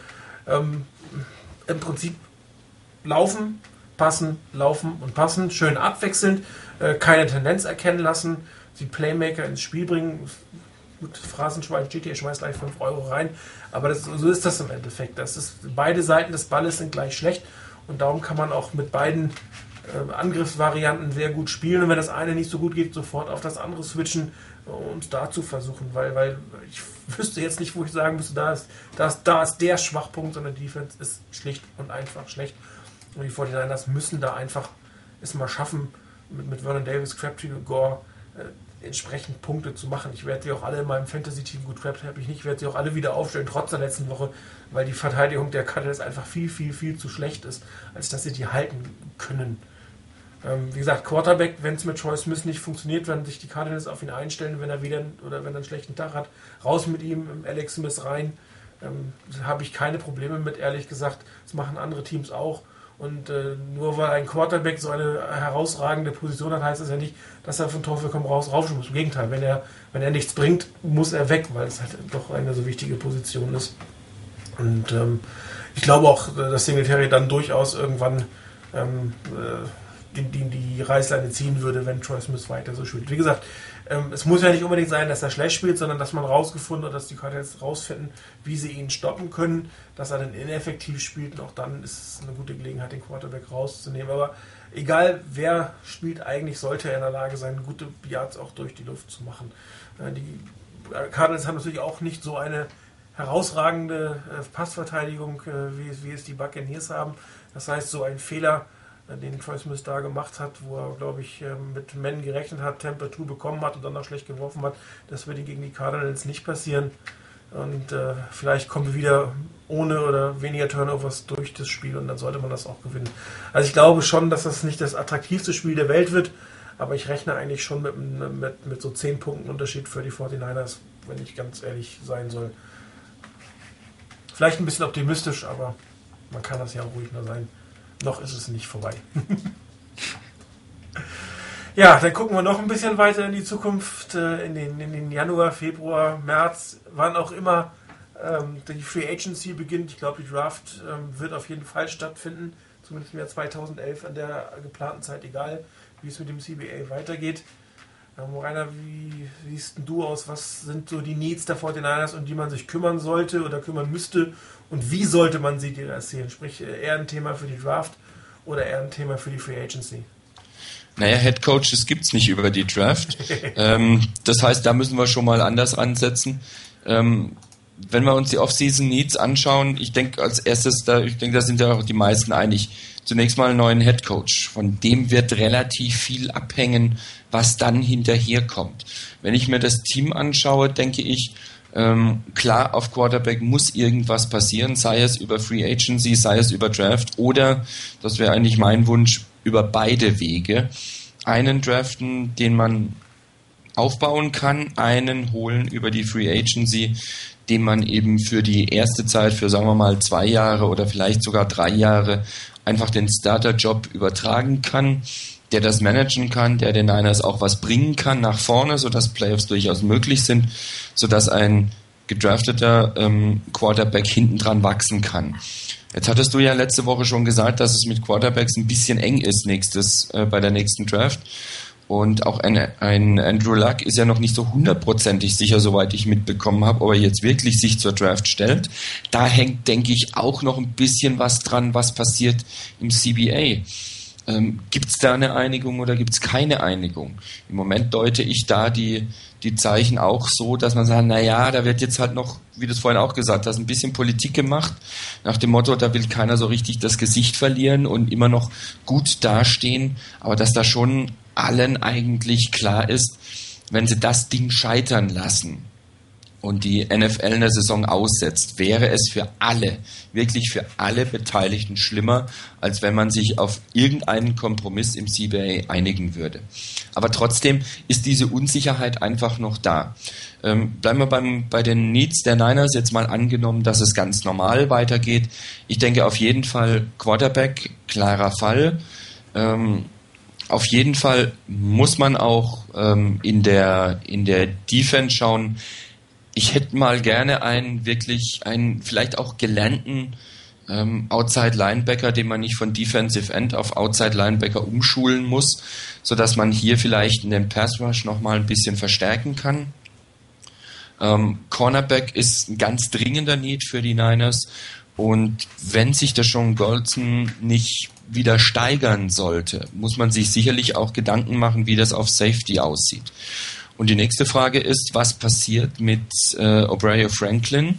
im Prinzip laufen, passen, laufen und passen, schön abwechselnd, keine Tendenz erkennen lassen, die Playmaker ins Spiel bringen. Gut, Phrasenschwein steht hier, schmeißt gleich 5 Euro rein, aber so ist das im Endeffekt. Beide Seiten des Balles sind gleich schlecht und darum kann man auch mit beiden Angriffsvarianten sehr gut spielen und wenn das eine nicht so gut geht, sofort auf das andere switchen und dazu versuchen, weil ich wüsste jetzt nicht, wo ich sagen müsste, da ist der Schwachpunkt, sondern die Defense ist schlicht und einfach schlecht und die 49ers müssen da einfach es mal schaffen, mit Vernon Davis, Crabtree und Gore entsprechend Punkte zu machen. Ich werde sie auch alle in meinem Fantasy-Team, gut, Crabtree habe ich nicht, werde sie auch alle wieder aufstellen, trotz der letzten Woche, weil die Verteidigung der Cardinals einfach viel, viel, viel zu schlecht ist, als dass sie die halten können. Wie gesagt, Quarterback, wenn es mit Troy Smith nicht funktioniert, wenn sich die Cardinals auf ihn einstellen, wenn er einen schlechten Tag hat, raus mit ihm, Alex Smith rein, habe ich keine Probleme mit, ehrlich gesagt. Das machen andere Teams auch. Und nur weil ein Quarterback so eine herausragende Position hat, heißt das ja nicht, dass er von Teufel komm raus raufschauen muss. Im Gegenteil, wenn er nichts bringt, muss er weg, weil es halt doch eine so wichtige Position ist. Und ich glaube auch, dass Singletary dann durchaus irgendwann die Reißleine ziehen würde, wenn Troy Smith weiter so spielt. Wie gesagt, es muss ja nicht unbedingt sein, dass er schlecht spielt, sondern dass man rausgefunden hat, dass die Cardinals rausfinden, wie sie ihn stoppen können, dass er dann ineffektiv spielt und auch dann ist es eine gute Gelegenheit, den Quarterback rauszunehmen. Aber egal wer spielt, eigentlich sollte er in der Lage sein, gute Yards auch durch die Luft zu machen. Die Cardinals haben natürlich auch nicht so eine herausragende Passverteidigung, wie es die Buccaneers haben. Das heißt, so ein Fehler, den Troy Smith da gemacht hat, wo er, glaube ich, mit Men gerechnet hat, Temperatur bekommen hat und dann noch schlecht geworfen hat, das wird gegen die Cardinals nicht passieren. Und vielleicht kommen wir wieder ohne oder weniger Turnovers durch das Spiel und dann sollte man das auch gewinnen. Also ich glaube schon, dass das nicht das attraktivste Spiel der Welt wird, aber ich rechne eigentlich schon mit so 10 Punkten Unterschied für die 49ers, wenn ich ganz ehrlich sein soll. Vielleicht ein bisschen optimistisch, aber man kann das ja auch ruhig nur sein. Noch ist es nicht vorbei. Ja, dann gucken wir noch ein bisschen weiter in die Zukunft, in den Januar, Februar, März, wann auch immer die Free Agency beginnt. Ich glaube, die Draft wird auf jeden Fall stattfinden, zumindest im Jahr 2011 an der geplanten Zeit, egal wie es mit dem CBA weitergeht. Rainer, wie siehst du aus? Was sind so die Needs der 49ers, um die man sich kümmern sollte oder kümmern müsste? Und wie sollte man sie adressieren? Sprich, eher ein Thema für die Draft oder eher ein Thema für die Free Agency? Naja, Head Coaches gibt es nicht über die Draft. Das heißt, da müssen wir schon mal anders ansetzen. Wenn wir uns die Off-Season Needs anschauen, ich denke als erstes, da sind ja auch die meisten einig, zunächst mal einen neuen Head Coach. Von dem wird relativ viel abhängen, was dann hinterher kommt. Wenn ich mir das Team anschaue, denke ich, klar, auf Quarterback muss irgendwas passieren, sei es über Free Agency, sei es über Draft oder, das wäre eigentlich mein Wunsch, über beide Wege. Einen draften, den man aufbauen kann, einen holen über die Free Agency, den man eben für die erste Zeit, für sagen wir mal 2 Jahre oder vielleicht sogar 3 Jahre einfach den Starter-Job übertragen kann, der das managen kann, der den Niners auch was bringen kann nach vorne, sodass Playoffs durchaus möglich sind, sodass ein gedrafteter Quarterback hinten dran wachsen kann. Jetzt hattest du ja letzte Woche schon gesagt, dass es mit Quarterbacks ein bisschen eng ist bei der nächsten Draft. Und auch ein Andrew Luck ist ja noch nicht so 100%ig sicher, soweit ich mitbekommen habe, ob er jetzt wirklich sich zur Draft stellt. Da hängt, denke ich, auch noch ein bisschen was dran, was passiert im CBA. Gibt es da eine Einigung oder gibt es keine Einigung? Im Moment deute ich da die Zeichen auch so, dass man sagt, naja, da wird jetzt halt noch, wie du es vorhin auch gesagt hast, ein bisschen Politik gemacht, nach dem Motto, da will keiner so richtig das Gesicht verlieren und immer noch gut dastehen, aber dass da schon allen eigentlich klar ist, wenn sie das Ding scheitern lassen und die NFL eine Saison aussetzt, wäre es für alle, wirklich für alle Beteiligten schlimmer, als wenn man sich auf irgendeinen Kompromiss im CBA einigen würde. Aber trotzdem ist diese Unsicherheit einfach noch da. Bleiben wir bei den Needs der Niners jetzt mal angenommen, dass es ganz normal weitergeht. Ich denke auf jeden Fall Quarterback, klarer Fall. Auf jeden Fall muss man auch in der Defense schauen. Ich hätte mal gerne einen vielleicht auch gelernten Outside Linebacker, den man nicht von Defensive End auf Outside Linebacker umschulen muss, sodass man hier vielleicht in den Pass Rush nochmal ein bisschen verstärken kann. Cornerback ist ein ganz dringender Need für die Niners. Und wenn sich der Sean Golson nicht wieder steigern sollte, muss man sich sicherlich auch Gedanken machen, wie das auf Safety aussieht. Und die nächste Frage ist, was passiert mit O'Brien Franklin?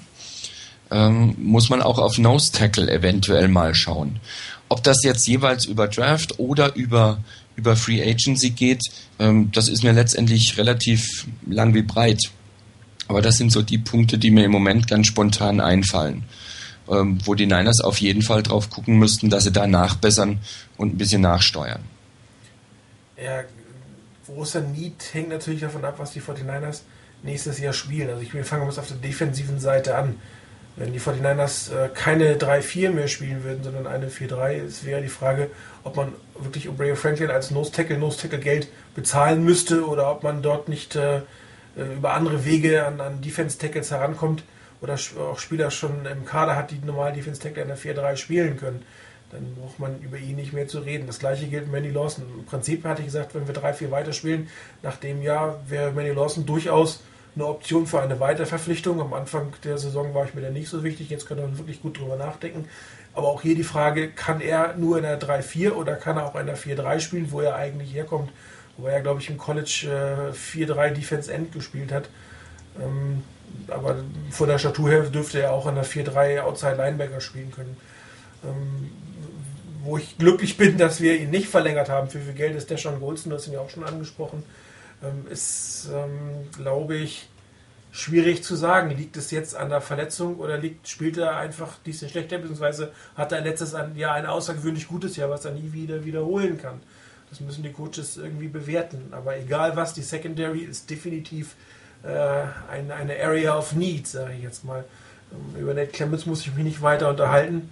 Muss man auch auf Nose Tackle eventuell mal schauen. Ob das jetzt jeweils über Draft oder über Free Agency geht, das ist mir letztendlich relativ lang wie breit. Aber das sind so die Punkte, die mir im Moment ganz spontan einfallen. Wo die Niners auf jeden Fall drauf gucken müssten, dass sie da nachbessern und ein bisschen nachsteuern. Ja, großer Need hängt natürlich davon ab, was die 49ers nächstes Jahr spielen. Also wir fangen jetzt auf der defensiven Seite an. Wenn die 49ers keine 3-4 mehr spielen würden, sondern eine 4-3, es wäre die Frage, ob man wirklich O'Brien Franklin als Nose-Tackle Geld bezahlen müsste oder ob man dort nicht über andere Wege an Defense-Tackles herankommt oder auch Spieler schon im Kader hat, die normal Defense-Tackle in der 4-3 spielen können. Dann braucht man über ihn nicht mehr zu reden. Das gleiche gilt Manny Lawson. Im Prinzip hatte ich gesagt, wenn wir 3-4 weiterspielen, nach dem Jahr wäre Manny Lawson durchaus eine Option für eine Weiterverpflichtung. Am Anfang der Saison war ich mir da nicht so wichtig, jetzt kann man wirklich gut drüber nachdenken. Aber auch hier die Frage, kann er nur in der 3-4 oder kann er auch in der 4-3 spielen, wo er eigentlich herkommt? Wo er, glaube ich, im College 4-3 Defense End gespielt hat. Aber von der Statur her dürfte er auch in der 4-3 Outside Linebacker spielen können. Wo ich glücklich bin, dass wir ihn nicht verlängert haben für viel Geld, ist Deshaun Golson, du hast ihn ja auch schon angesprochen. Ist, glaube ich, schwierig zu sagen. Liegt es jetzt an der Verletzung oder spielt er einfach diesen schlechter, beziehungsweise hat er letztes Jahr ein außergewöhnlich gutes Jahr, was er nie wieder wiederholen kann. Das müssen die Coaches irgendwie bewerten. Aber egal was, die Secondary ist definitiv eine Area of Need, sage ich jetzt mal. Über Nate Clements muss ich mich nicht weiter unterhalten.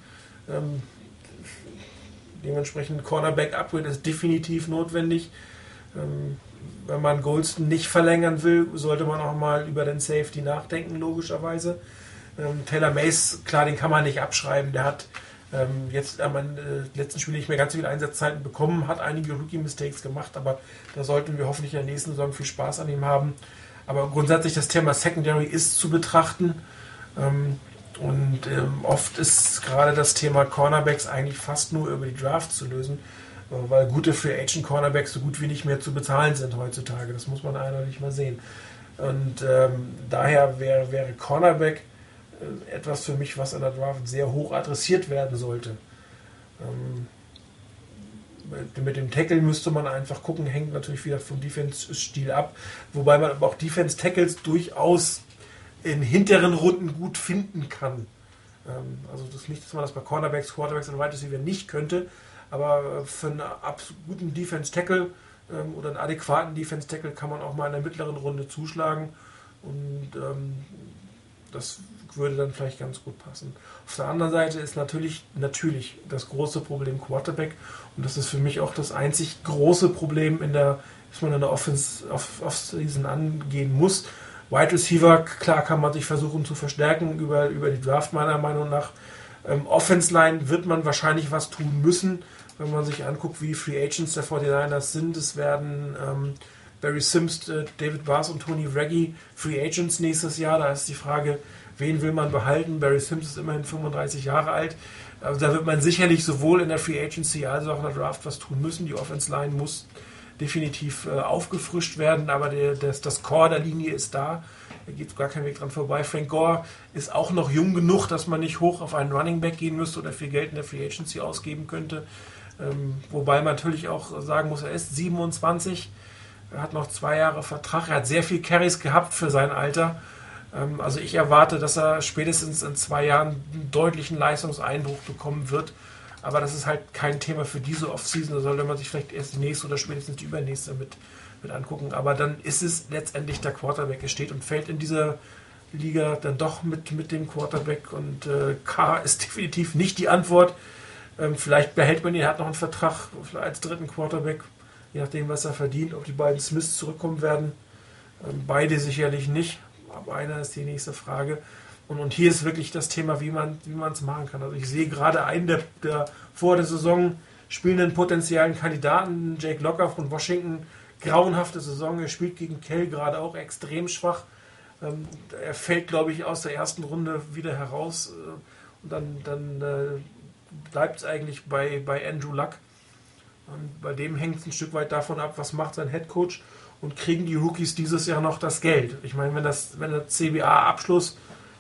Dementsprechend Cornerback-Upgrade ist definitiv notwendig. Wenn man Golston nicht verlängern will, sollte man auch mal über den Safety nachdenken, logischerweise. Taylor Mays, klar, den kann man nicht abschreiben. Der hat jetzt am letzten Spiel nicht mehr ganz so viele Einsatzzeiten bekommen, hat einige Rookie-Mistakes gemacht, aber da sollten wir hoffentlich in der nächsten Saison viel Spaß an ihm haben. Aber grundsätzlich das Thema Secondary ist zu betrachten. Oft ist gerade das Thema Cornerbacks eigentlich fast nur über die Draft zu lösen, weil gute Free Agent Cornerbacks so gut wie nicht mehr zu bezahlen sind heutzutage. Das muss man eindeutig mal sehen. Und daher wäre Cornerback etwas für mich, was in der Draft sehr hoch adressiert werden sollte. Mit dem Tackle müsste man einfach gucken, hängt natürlich wieder vom Defense-Stil ab, wobei man aber auch Defense-Tackles durchaus in hinteren Runden gut finden kann. Also das ist nicht, dass man das bei Cornerbacks, Quarterbacks und Wide Receiver nicht könnte, aber für einen guten Defense-Tackle oder einen adäquaten Defense-Tackle kann man auch mal in der mittleren Runde zuschlagen und das würde dann vielleicht ganz gut passen. Auf der anderen Seite ist natürlich das große Problem Quarterback und das ist für mich auch das einzig große Problem, das man in der Off-Season angehen muss. Wide Receiver, klar kann man sich versuchen zu verstärken über die Draft meiner Meinung nach. Offense Line wird man wahrscheinlich was tun müssen, wenn man sich anguckt, wie die Free Agents der 49ers sind. Es werden Barry Sims, David Bass und Tony Reggie Free Agents nächstes Jahr. Da ist die Frage, wen will man behalten? Barry Sims ist immerhin 35 Jahre alt. Also da wird man sicherlich sowohl in der Free Agency als auch in der Draft was tun müssen. Die Offense Line muss definitiv aufgefrischt werden, aber das Core der Linie ist da. Da geht gar kein Weg dran vorbei. Frank Gore ist auch noch jung genug, dass man nicht hoch auf einen Running Back gehen müsste oder viel Geld in der Free Agency ausgeben könnte. Wobei man natürlich auch sagen muss, er ist 27, er hat noch 2 Jahre Vertrag, er hat sehr viel Carries gehabt für sein Alter. Also ich erwarte, dass er spätestens in 2 Jahren einen deutlichen Leistungseinbruch bekommen wird. Aber das ist halt kein Thema für diese Offseason. Da sollte man sich vielleicht erst die nächste oder spätestens die übernächste mit angucken. Aber dann ist es letztendlich der Quarterback. Er steht und fällt in dieser Liga dann doch mit dem Quarterback. Und Carr ist definitiv nicht die Antwort. Vielleicht behält man ihn, er hat noch einen Vertrag als dritten Quarterback. Je nachdem, was er verdient. Ob die beiden Smiths zurückkommen werden. Beide sicherlich nicht. Aber einer ist die nächste Frage. Und hier ist wirklich das Thema, wie man es machen kann. Also ich sehe gerade einen der vor der Saison spielenden potenziellen Kandidaten, Jake Locker von Washington, grauenhafte Saison. Er spielt gegen Kell gerade auch extrem schwach. Er fällt, glaube ich, aus der ersten Runde wieder heraus. Und dann bleibt es eigentlich bei Andrew Luck. Und bei dem hängt es ein Stück weit davon ab, was macht sein Headcoach und kriegen die Rookies dieses Jahr noch das Geld. Ich meine, wenn der CBA-Abschluss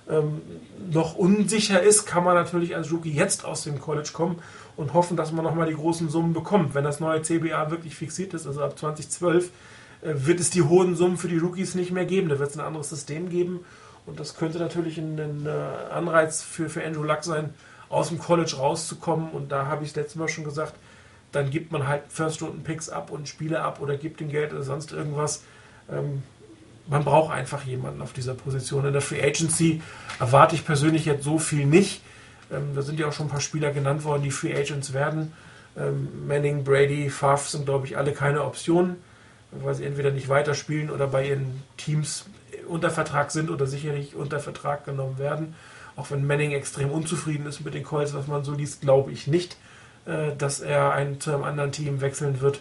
noch unsicher ist, kann man natürlich als Rookie jetzt aus dem College kommen und hoffen, dass man nochmal die großen Summen bekommt. Wenn das neue CBA wirklich fixiert ist, also ab 2012, wird es die hohen Summen für die Rookies nicht mehr geben. Da wird es ein anderes System geben und das könnte natürlich ein Anreiz für Andrew Luck sein, aus dem College rauszukommen. Und da habe ich das letzte Mal schon gesagt, dann gibt man halt First-Runden-Picks ab und Spiele ab oder gibt den Geld oder sonst irgendwas. Man braucht einfach jemanden auf dieser Position. In der Free Agency erwarte ich persönlich jetzt so viel nicht. Da sind ja auch schon ein paar Spieler genannt worden, die Free Agents werden. Manning, Brady, Favre sind, glaube ich, alle keine Optionen, weil sie entweder nicht weiterspielen oder bei ihren Teams unter Vertrag sind oder sicherlich unter Vertrag genommen werden. Auch wenn Manning extrem unzufrieden ist mit den Colts, was man so liest, glaube ich nicht, dass er zu einem anderen Team wechseln wird.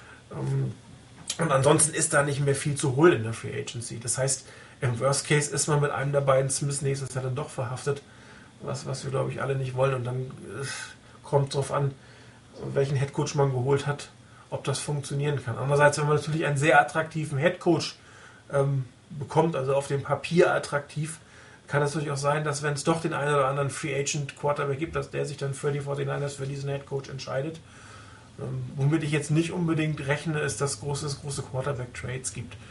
Und ansonsten ist da nicht mehr viel zu holen in der Free Agency. Das heißt, im Worst Case ist man mit einem der beiden Smiths nächstes Jahr dann doch verhaftet, was wir, glaube ich, alle nicht wollen. Und dann kommt es darauf an, welchen Headcoach man geholt hat, ob das funktionieren kann. Andererseits, wenn man natürlich einen sehr attraktiven Headcoach bekommt, also auf dem Papier attraktiv, kann es natürlich auch sein, dass wenn es doch den einen oder anderen Free Agent Quarterback gibt, dass der sich dann für die 49ers für diesen Headcoach entscheidet. Womit ich jetzt nicht unbedingt rechne, ist, dass es große Quarterback-Trades gibt.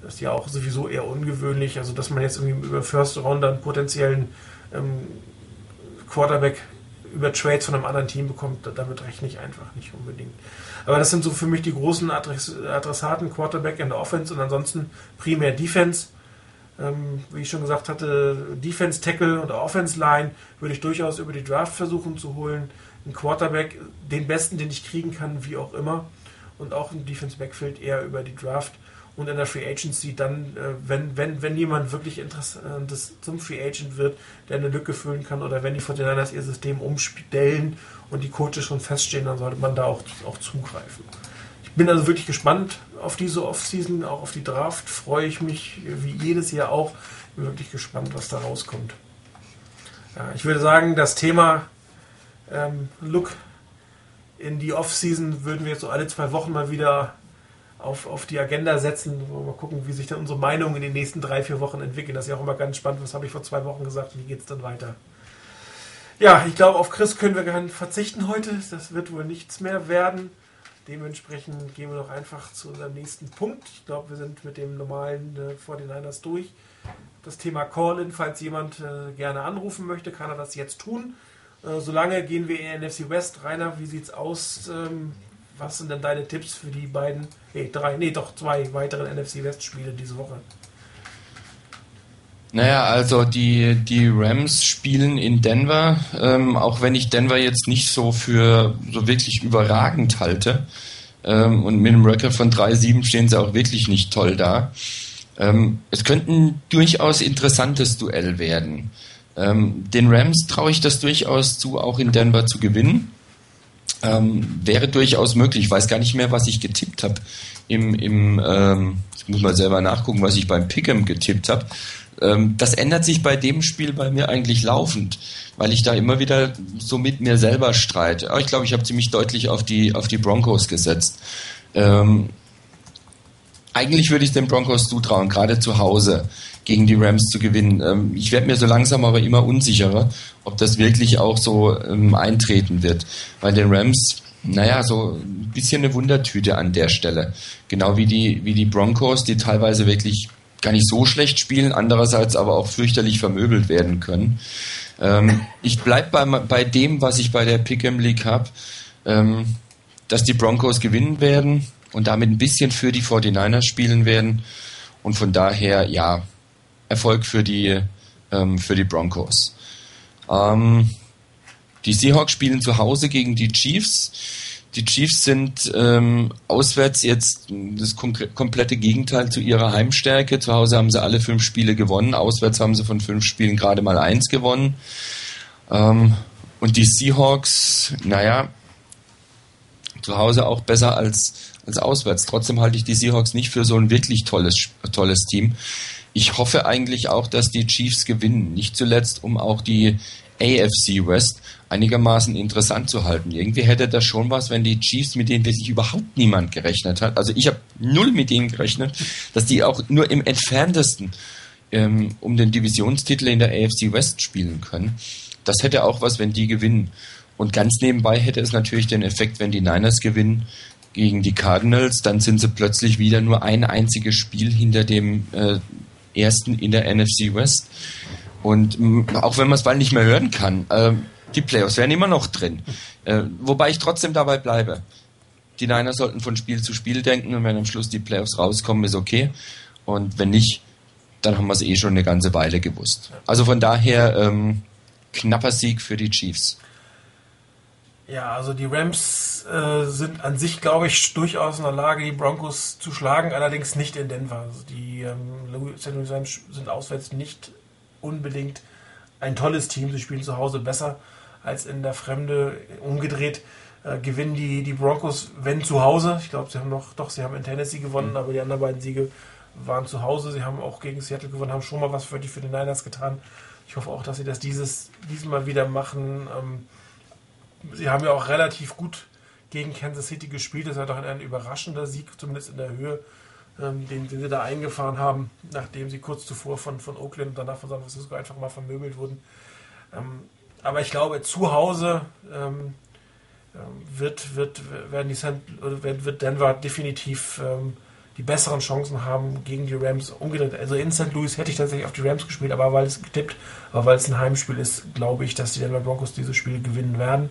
Das ist ja auch sowieso eher ungewöhnlich, also dass man jetzt irgendwie über First Rounder einen potenziellen Quarterback über Trades von einem anderen Team bekommt, damit rechne ich einfach nicht unbedingt. Aber das sind so für mich die großen Adressaten, Quarterback in der Offense und ansonsten primär Defense. Wie ich schon gesagt hatte, Defense, Tackle und Offense Line würde ich durchaus über die Draft versuchen zu holen. Ein Quarterback, den besten, den ich kriegen kann, wie auch immer. Und auch ein Defense Backfield eher über die Draft. Und in der Free Agency dann, wenn jemand wirklich Interessantes zum Free Agent wird, der eine Lücke füllen kann oder wenn die 49ers ihr System umstellen und die Coaches schon feststehen, dann sollte man da auch zugreifen. Ich bin also wirklich gespannt auf diese Offseason, auch auf die Draft. Freue ich mich wie jedes Jahr auch. Bin wirklich gespannt, was da rauskommt. Ja, ich würde sagen, das Thema Look in die Offseason würden wir jetzt so alle 2 Wochen mal wieder auf die Agenda setzen. Mal gucken, wie sich dann unsere Meinungen in den nächsten 3-4 Wochen entwickeln. Das ist ja auch immer ganz spannend. Was habe ich vor 2 Wochen gesagt? Wie geht es dann weiter? Ja, ich glaube, auf Chris können wir gar nicht verzichten heute. Das wird wohl nichts mehr werden. Dementsprechend gehen wir doch einfach zu unserem nächsten Punkt. Ich glaube, wir sind mit dem normalen 49ers durch. Das Thema Call-In, falls jemand gerne anrufen möchte, kann er das jetzt tun. Solange gehen wir in NFC West. Rainer, wie sieht's aus? Was sind denn deine Tipps für die beiden, 2 weiteren NFC West Spiele diese Woche? Naja, also die Rams spielen in Denver, auch wenn ich Denver jetzt nicht so für so wirklich überragend halte. Und mit einem Rekord von 3-7 stehen sie auch wirklich nicht toll da. Es könnte ein durchaus interessantes Duell werden. Den Rams traue ich das durchaus zu, auch in Denver zu gewinnen. Wäre durchaus möglich. Ich weiß gar nicht mehr, was ich getippt habe. Ich muss mal selber nachgucken, was ich beim Pick'em getippt habe. Das ändert sich bei dem Spiel bei mir eigentlich laufend, weil ich da immer wieder so mit mir selber streite. Aber ich glaube, ich habe ziemlich deutlich auf die Broncos gesetzt. Eigentlich würde ich den Broncos zutrauen, gerade zu Hause gegen die Rams zu gewinnen. Ich werde mir so langsam aber immer unsicherer, ob das wirklich auch so eintreten wird. Bei den Rams, so ein bisschen eine Wundertüte an der Stelle. Genau wie die Broncos, die teilweise wirklich gar nicht so schlecht spielen, andererseits aber auch fürchterlich vermöbelt werden können. Ich bleibe bei dem, was ich bei der Pick'em League habe, dass die Broncos gewinnen werden und damit ein bisschen für die 49ers spielen werden. Und von daher, ja, Erfolg für die Broncos. Die Seahawks spielen zu Hause gegen die Chiefs. Die Chiefs sind auswärts jetzt das komplette Gegenteil zu ihrer Heimstärke. Zu Hause haben sie alle 5 Spiele gewonnen. Auswärts haben sie von 5 Spielen gerade mal 1 gewonnen. Und die Seahawks, zu Hause auch besser als auswärts. Trotzdem halte ich die Seahawks nicht für so ein wirklich tolles Team. Ich hoffe eigentlich auch, dass die Chiefs gewinnen. Nicht zuletzt, um auch die AFC West einigermaßen interessant zu halten. Irgendwie hätte das schon was, wenn die Chiefs, mit denen wirklich überhaupt niemand gerechnet hat, also ich habe 0 mit denen gerechnet, dass die auch nur im Entferntesten um den Divisionstitel in der AFC West spielen können. Das hätte auch was, wenn die gewinnen. Und ganz nebenbei hätte es natürlich den Effekt, wenn die Niners gewinnen gegen die Cardinals, dann sind sie plötzlich wieder nur ein einziges Spiel hinter dem ersten in der NFC West. Und auch wenn man es bald nicht mehr hören kann, die Playoffs wären immer noch drin. Wobei ich trotzdem dabei bleibe. Die Niners sollten von Spiel zu Spiel denken und wenn am Schluss die Playoffs rauskommen, ist okay. Und wenn nicht, dann haben wir es schon eine ganze Weile gewusst. Also von daher knapper Sieg für die Chiefs. Ja, also die Rams sind an sich, glaube ich, durchaus in der Lage, die Broncos zu schlagen, allerdings nicht in Denver. Also die St. Louis Rams sind auswärts nicht unbedingt ein tolles Team. Sie spielen zu Hause besser als in der Fremde. Umgedreht gewinnen die Broncos, wenn zu Hause. Ich glaube, sie haben in Tennessee gewonnen, aber die anderen beiden Siege waren zu Hause. Sie haben auch gegen Seattle gewonnen, haben schon mal was für die Niners getan. Ich hoffe auch, dass sie das diesmal wieder machen. Sie haben ja auch relativ gut gegen Kansas City gespielt. Das war doch ein überraschender Sieg, zumindest in der Höhe, den sie da eingefahren haben, nachdem sie kurz zuvor von Oakland und danach von San Francisco einfach mal vermöbelt wurden. Aber ich glaube, zu Hause wird Denver definitiv die besseren Chancen haben gegen die Rams umgedreht. Also in St. Louis hätte ich tatsächlich auf die Rams gespielt, aber weil es ein Heimspiel ist, glaube ich, dass die Denver Broncos dieses Spiel gewinnen werden.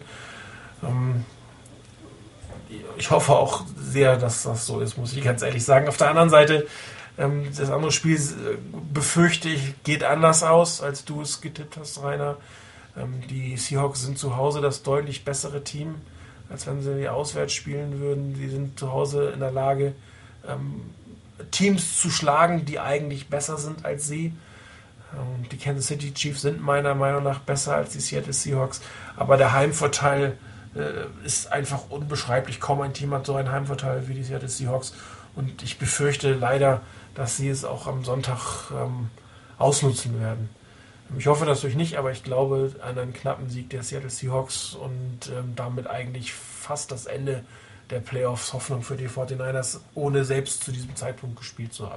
Ich hoffe auch sehr, dass das so ist, muss ich ganz ehrlich sagen. Auf der anderen Seite, das andere Spiel, befürchte ich, geht anders aus, als du es getippt hast, Rainer. Die Seahawks sind zu Hause das deutlich bessere Team, als wenn sie auswärts spielen würden. Sie sind zu Hause in der Lage, Teams zu schlagen, die eigentlich besser sind als sie. Die Kansas City Chiefs sind meiner Meinung nach besser als die Seattle Seahawks, aber der Heimvorteil ist einfach unbeschreiblich. Kaum ein Team hat so einen Heimvorteil wie die Seattle Seahawks und ich befürchte leider, dass sie es auch am Sonntag ausnutzen werden. Ich hoffe natürlich nicht, aber ich glaube an einen knappen Sieg der Seattle Seahawks und damit eigentlich fast das Ende der Playoffs. Hoffnung für die 49ers, ohne selbst zu diesem Zeitpunkt gespielt zu haben.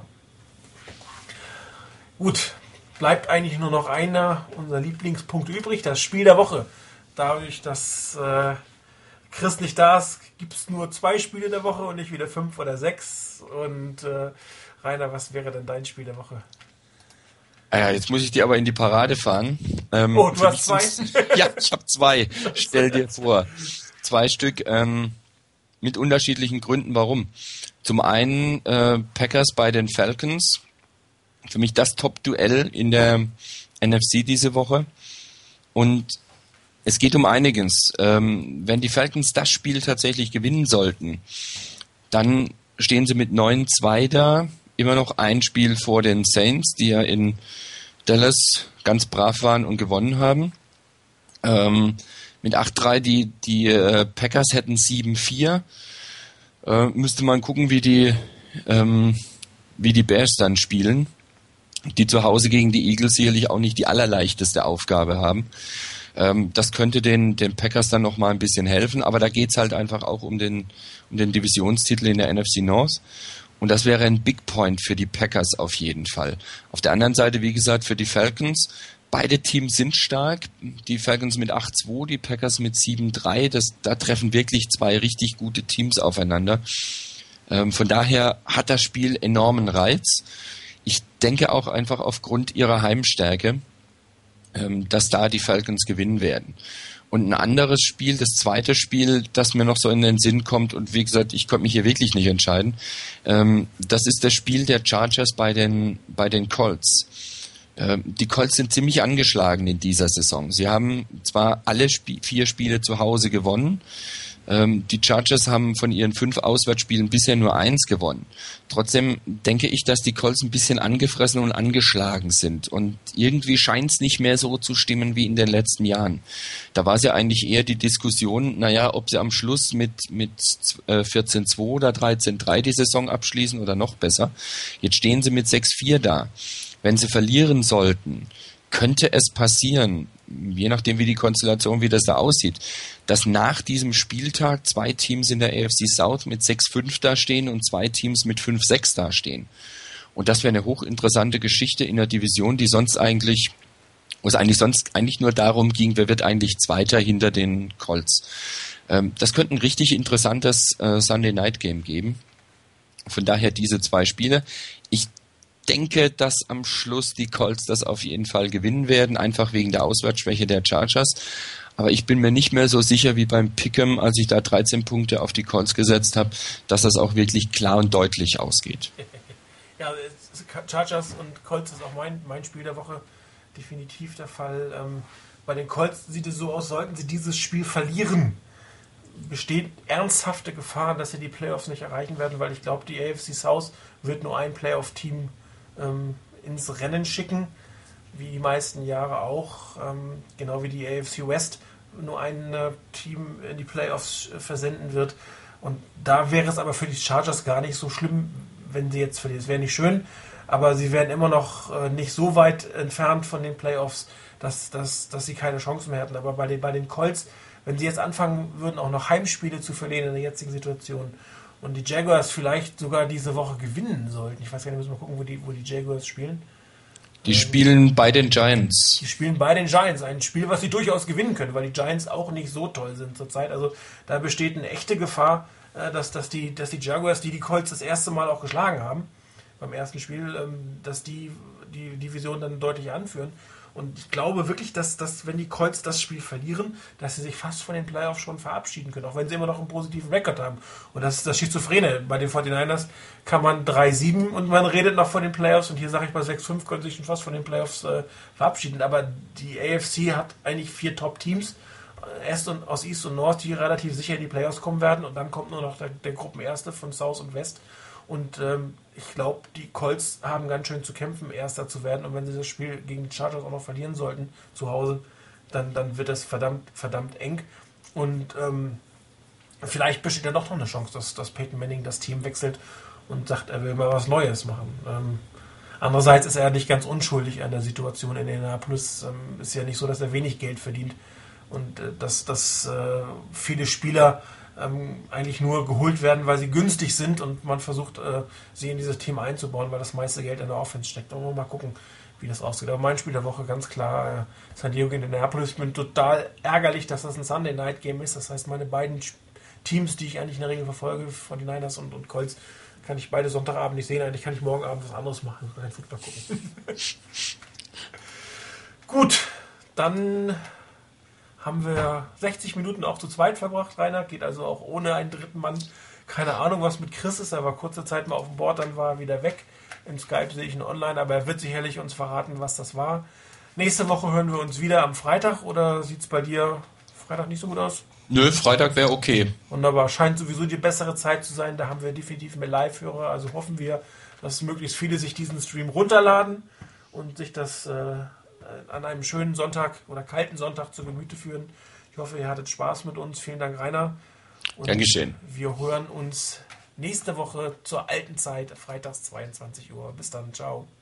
Gut, bleibt eigentlich nur noch unser Lieblingspunkt übrig, das Spiel der Woche. Dadurch, dass Chris nicht da ist, gibt es nur 2 Spiele der Woche und nicht wieder 5 oder 6. Und Rainer, was wäre denn dein Spiel der Woche? Jetzt muss ich dir aber in die Parade fahren. Du hast 2? Ja, ich habe 2. Stell dir vor. 2 Stück mit unterschiedlichen Gründen. Warum? Zum einen Packers bei den Falcons. Für mich das Top-Duell in der NFC diese Woche. Und es geht um einiges. Wenn die Falcons das Spiel tatsächlich gewinnen sollten, dann stehen sie mit 9-2 da. Immer noch ein Spiel vor den Saints, die ja in Dallas ganz brav waren und gewonnen haben. Mit 8-3 die Packers hätten 7-4. Müsste man gucken, wie die Bears dann spielen, die zu Hause gegen die Eagles sicherlich auch nicht die allerleichteste Aufgabe haben. Das könnte den Packers dann noch mal ein bisschen helfen, aber da geht's halt einfach auch um den Divisionstitel in der NFC North. Und das wäre ein Big Point für die Packers auf jeden Fall. Auf der anderen Seite, wie gesagt, für die Falcons, beide Teams sind stark. Die Falcons mit 8-2, die Packers mit 7-3. Da treffen wirklich 2 richtig gute Teams aufeinander. Von daher hat das Spiel enormen Reiz. Ich denke auch einfach aufgrund ihrer Heimstärke, dass da die Falcons gewinnen werden. Und ein anderes Spiel, das zweite Spiel, das mir noch so in den Sinn kommt, und wie gesagt, ich konnte mich hier wirklich nicht entscheiden, das ist das Spiel der Chargers bei den Colts. Die Colts sind ziemlich angeschlagen in dieser Saison. Sie haben zwar alle 4 Spiele zu Hause gewonnen, die Chargers haben von ihren 5 Auswärtsspielen bisher nur 1 gewonnen. Trotzdem denke ich, dass die Colts ein bisschen angefressen und angeschlagen sind. Und irgendwie scheint es nicht mehr so zu stimmen wie in den letzten Jahren. Da war es ja eigentlich eher die Diskussion, ob sie am Schluss mit 14-2 oder 13-3 die Saison abschließen oder noch besser. Jetzt stehen sie mit 6-4 da. Wenn sie verlieren sollten, könnte es passieren, je nachdem wie die Konstellation, wie das da aussieht, dass nach diesem Spieltag 2 Teams in der AFC South mit 6-5 dastehen und 2 Teams mit 5-6 dastehen. Und das wäre eine hochinteressante Geschichte in der Division, wo es eigentlich nur darum ging, wer wird eigentlich Zweiter hinter den Colts. Das könnte ein richtig interessantes Sunday Night Game geben. Von daher diese 2 Spiele. Ich denke, dass am Schluss die Colts das auf jeden Fall gewinnen werden, einfach wegen der Auswärtsschwäche der Chargers. Aber ich bin mir nicht mehr so sicher wie beim Pick'em, als ich da 13 Punkte auf die Colts gesetzt habe, dass das auch wirklich klar und deutlich ausgeht. Ja, Chargers und Colts ist auch mein Spiel der Woche definitiv der Fall. Bei den Colts sieht es so aus, sollten sie dieses Spiel verlieren, besteht ernsthafte Gefahr, dass sie die Playoffs nicht erreichen werden, weil ich glaube, die AFC South wird nur ein Playoff-Team ins Rennen schicken, wie die meisten Jahre auch, genau wie die AFC West nur ein Team in die Playoffs versenden wird. Und da wäre es aber für die Chargers gar nicht so schlimm, wenn sie jetzt verlieren. Es wäre nicht schön, aber sie wären immer noch nicht so weit entfernt von den Playoffs, dass sie keine Chance mehr hätten. Aber bei den Colts, wenn sie jetzt anfangen würden, auch noch Heimspiele zu verlieren in der jetzigen Situation und die Jaguars vielleicht sogar diese Woche gewinnen sollten. Ich weiß gar nicht, müssen wir gucken, wo die Jaguars spielen. Die spielen bei den Giants. Die spielen bei den Giants. Ein Spiel, was sie durchaus gewinnen können, weil die Giants auch nicht so toll sind zurzeit. Also da besteht eine echte Gefahr, dass die Jaguars, die Colts das erste Mal auch geschlagen haben, beim ersten Spiel, dass die Division dann deutlich anführen. Und ich glaube wirklich, dass wenn die Colts das Spiel verlieren, dass sie sich fast von den Playoffs schon verabschieden können, auch wenn sie immer noch einen positiven Rekord haben. Und das ist das Schizophrene. Bei den 49ers kann man 3-7 und man redet noch von den Playoffs, und hier sage ich bei 6-5 können sie sich schon fast von den Playoffs verabschieden. Aber die AFC hat eigentlich 4 Top-Teams, aus East und North, die relativ sicher in die Playoffs kommen werden, und dann kommt nur noch der Gruppenerste von South und West. Und ich glaube, die Colts haben ganz schön zu kämpfen, Erster zu werden. Und wenn sie das Spiel gegen die Chargers auch noch verlieren sollten, zu Hause, dann wird das verdammt eng. Und vielleicht besteht ja doch noch eine Chance, dass Peyton Manning das Team wechselt und sagt, er will mal was Neues machen. Andererseits ist er nicht ganz unschuldig an der Situation in Indianapolis. Ist ja nicht so, dass er wenig Geld verdient. Und dass viele Spieler eigentlich nur geholt werden, weil sie günstig sind, und man versucht, sie in dieses Team einzubauen, weil das meiste Geld in der Offense steckt. Aber mal gucken, wie das ausgeht. Aber mein Spiel der Woche ganz klar San Diego gegen Indianapolis. Ich bin total ärgerlich, dass das ein Sunday Night Game ist. Das heißt, meine beiden Teams, die ich eigentlich in der Regel verfolge, von den Niners und Colts, kann ich beide Sonntagabend nicht sehen. Eigentlich kann ich morgen Abend was anderes machen, kein Football gucken. Gut, dann haben wir 60 Minuten auch zu zweit verbracht, Rainer. Geht also auch ohne einen dritten Mann. Keine Ahnung, was mit Chris ist. Er war kurze Zeit mal auf dem Board, dann war er wieder weg. Im Skype sehe ich ihn online, aber er wird sicherlich uns verraten, was das war. Nächste Woche hören wir uns wieder am Freitag, oder sieht es bei dir Freitag nicht so gut aus? Nö, Freitag wäre okay. Wunderbar. Scheint sowieso die bessere Zeit zu sein. Da haben wir definitiv mehr Live-Hörer. Also hoffen wir, dass möglichst viele sich diesen Stream runterladen und sich das an einem schönen Sonntag oder kalten Sonntag zu Gemüte führen. Ich hoffe, ihr hattet Spaß mit uns. Vielen Dank, Rainer. Und Gern geschehen. Wir hören uns nächste Woche zur alten Zeit, freitags 22 Uhr. Bis dann. Ciao.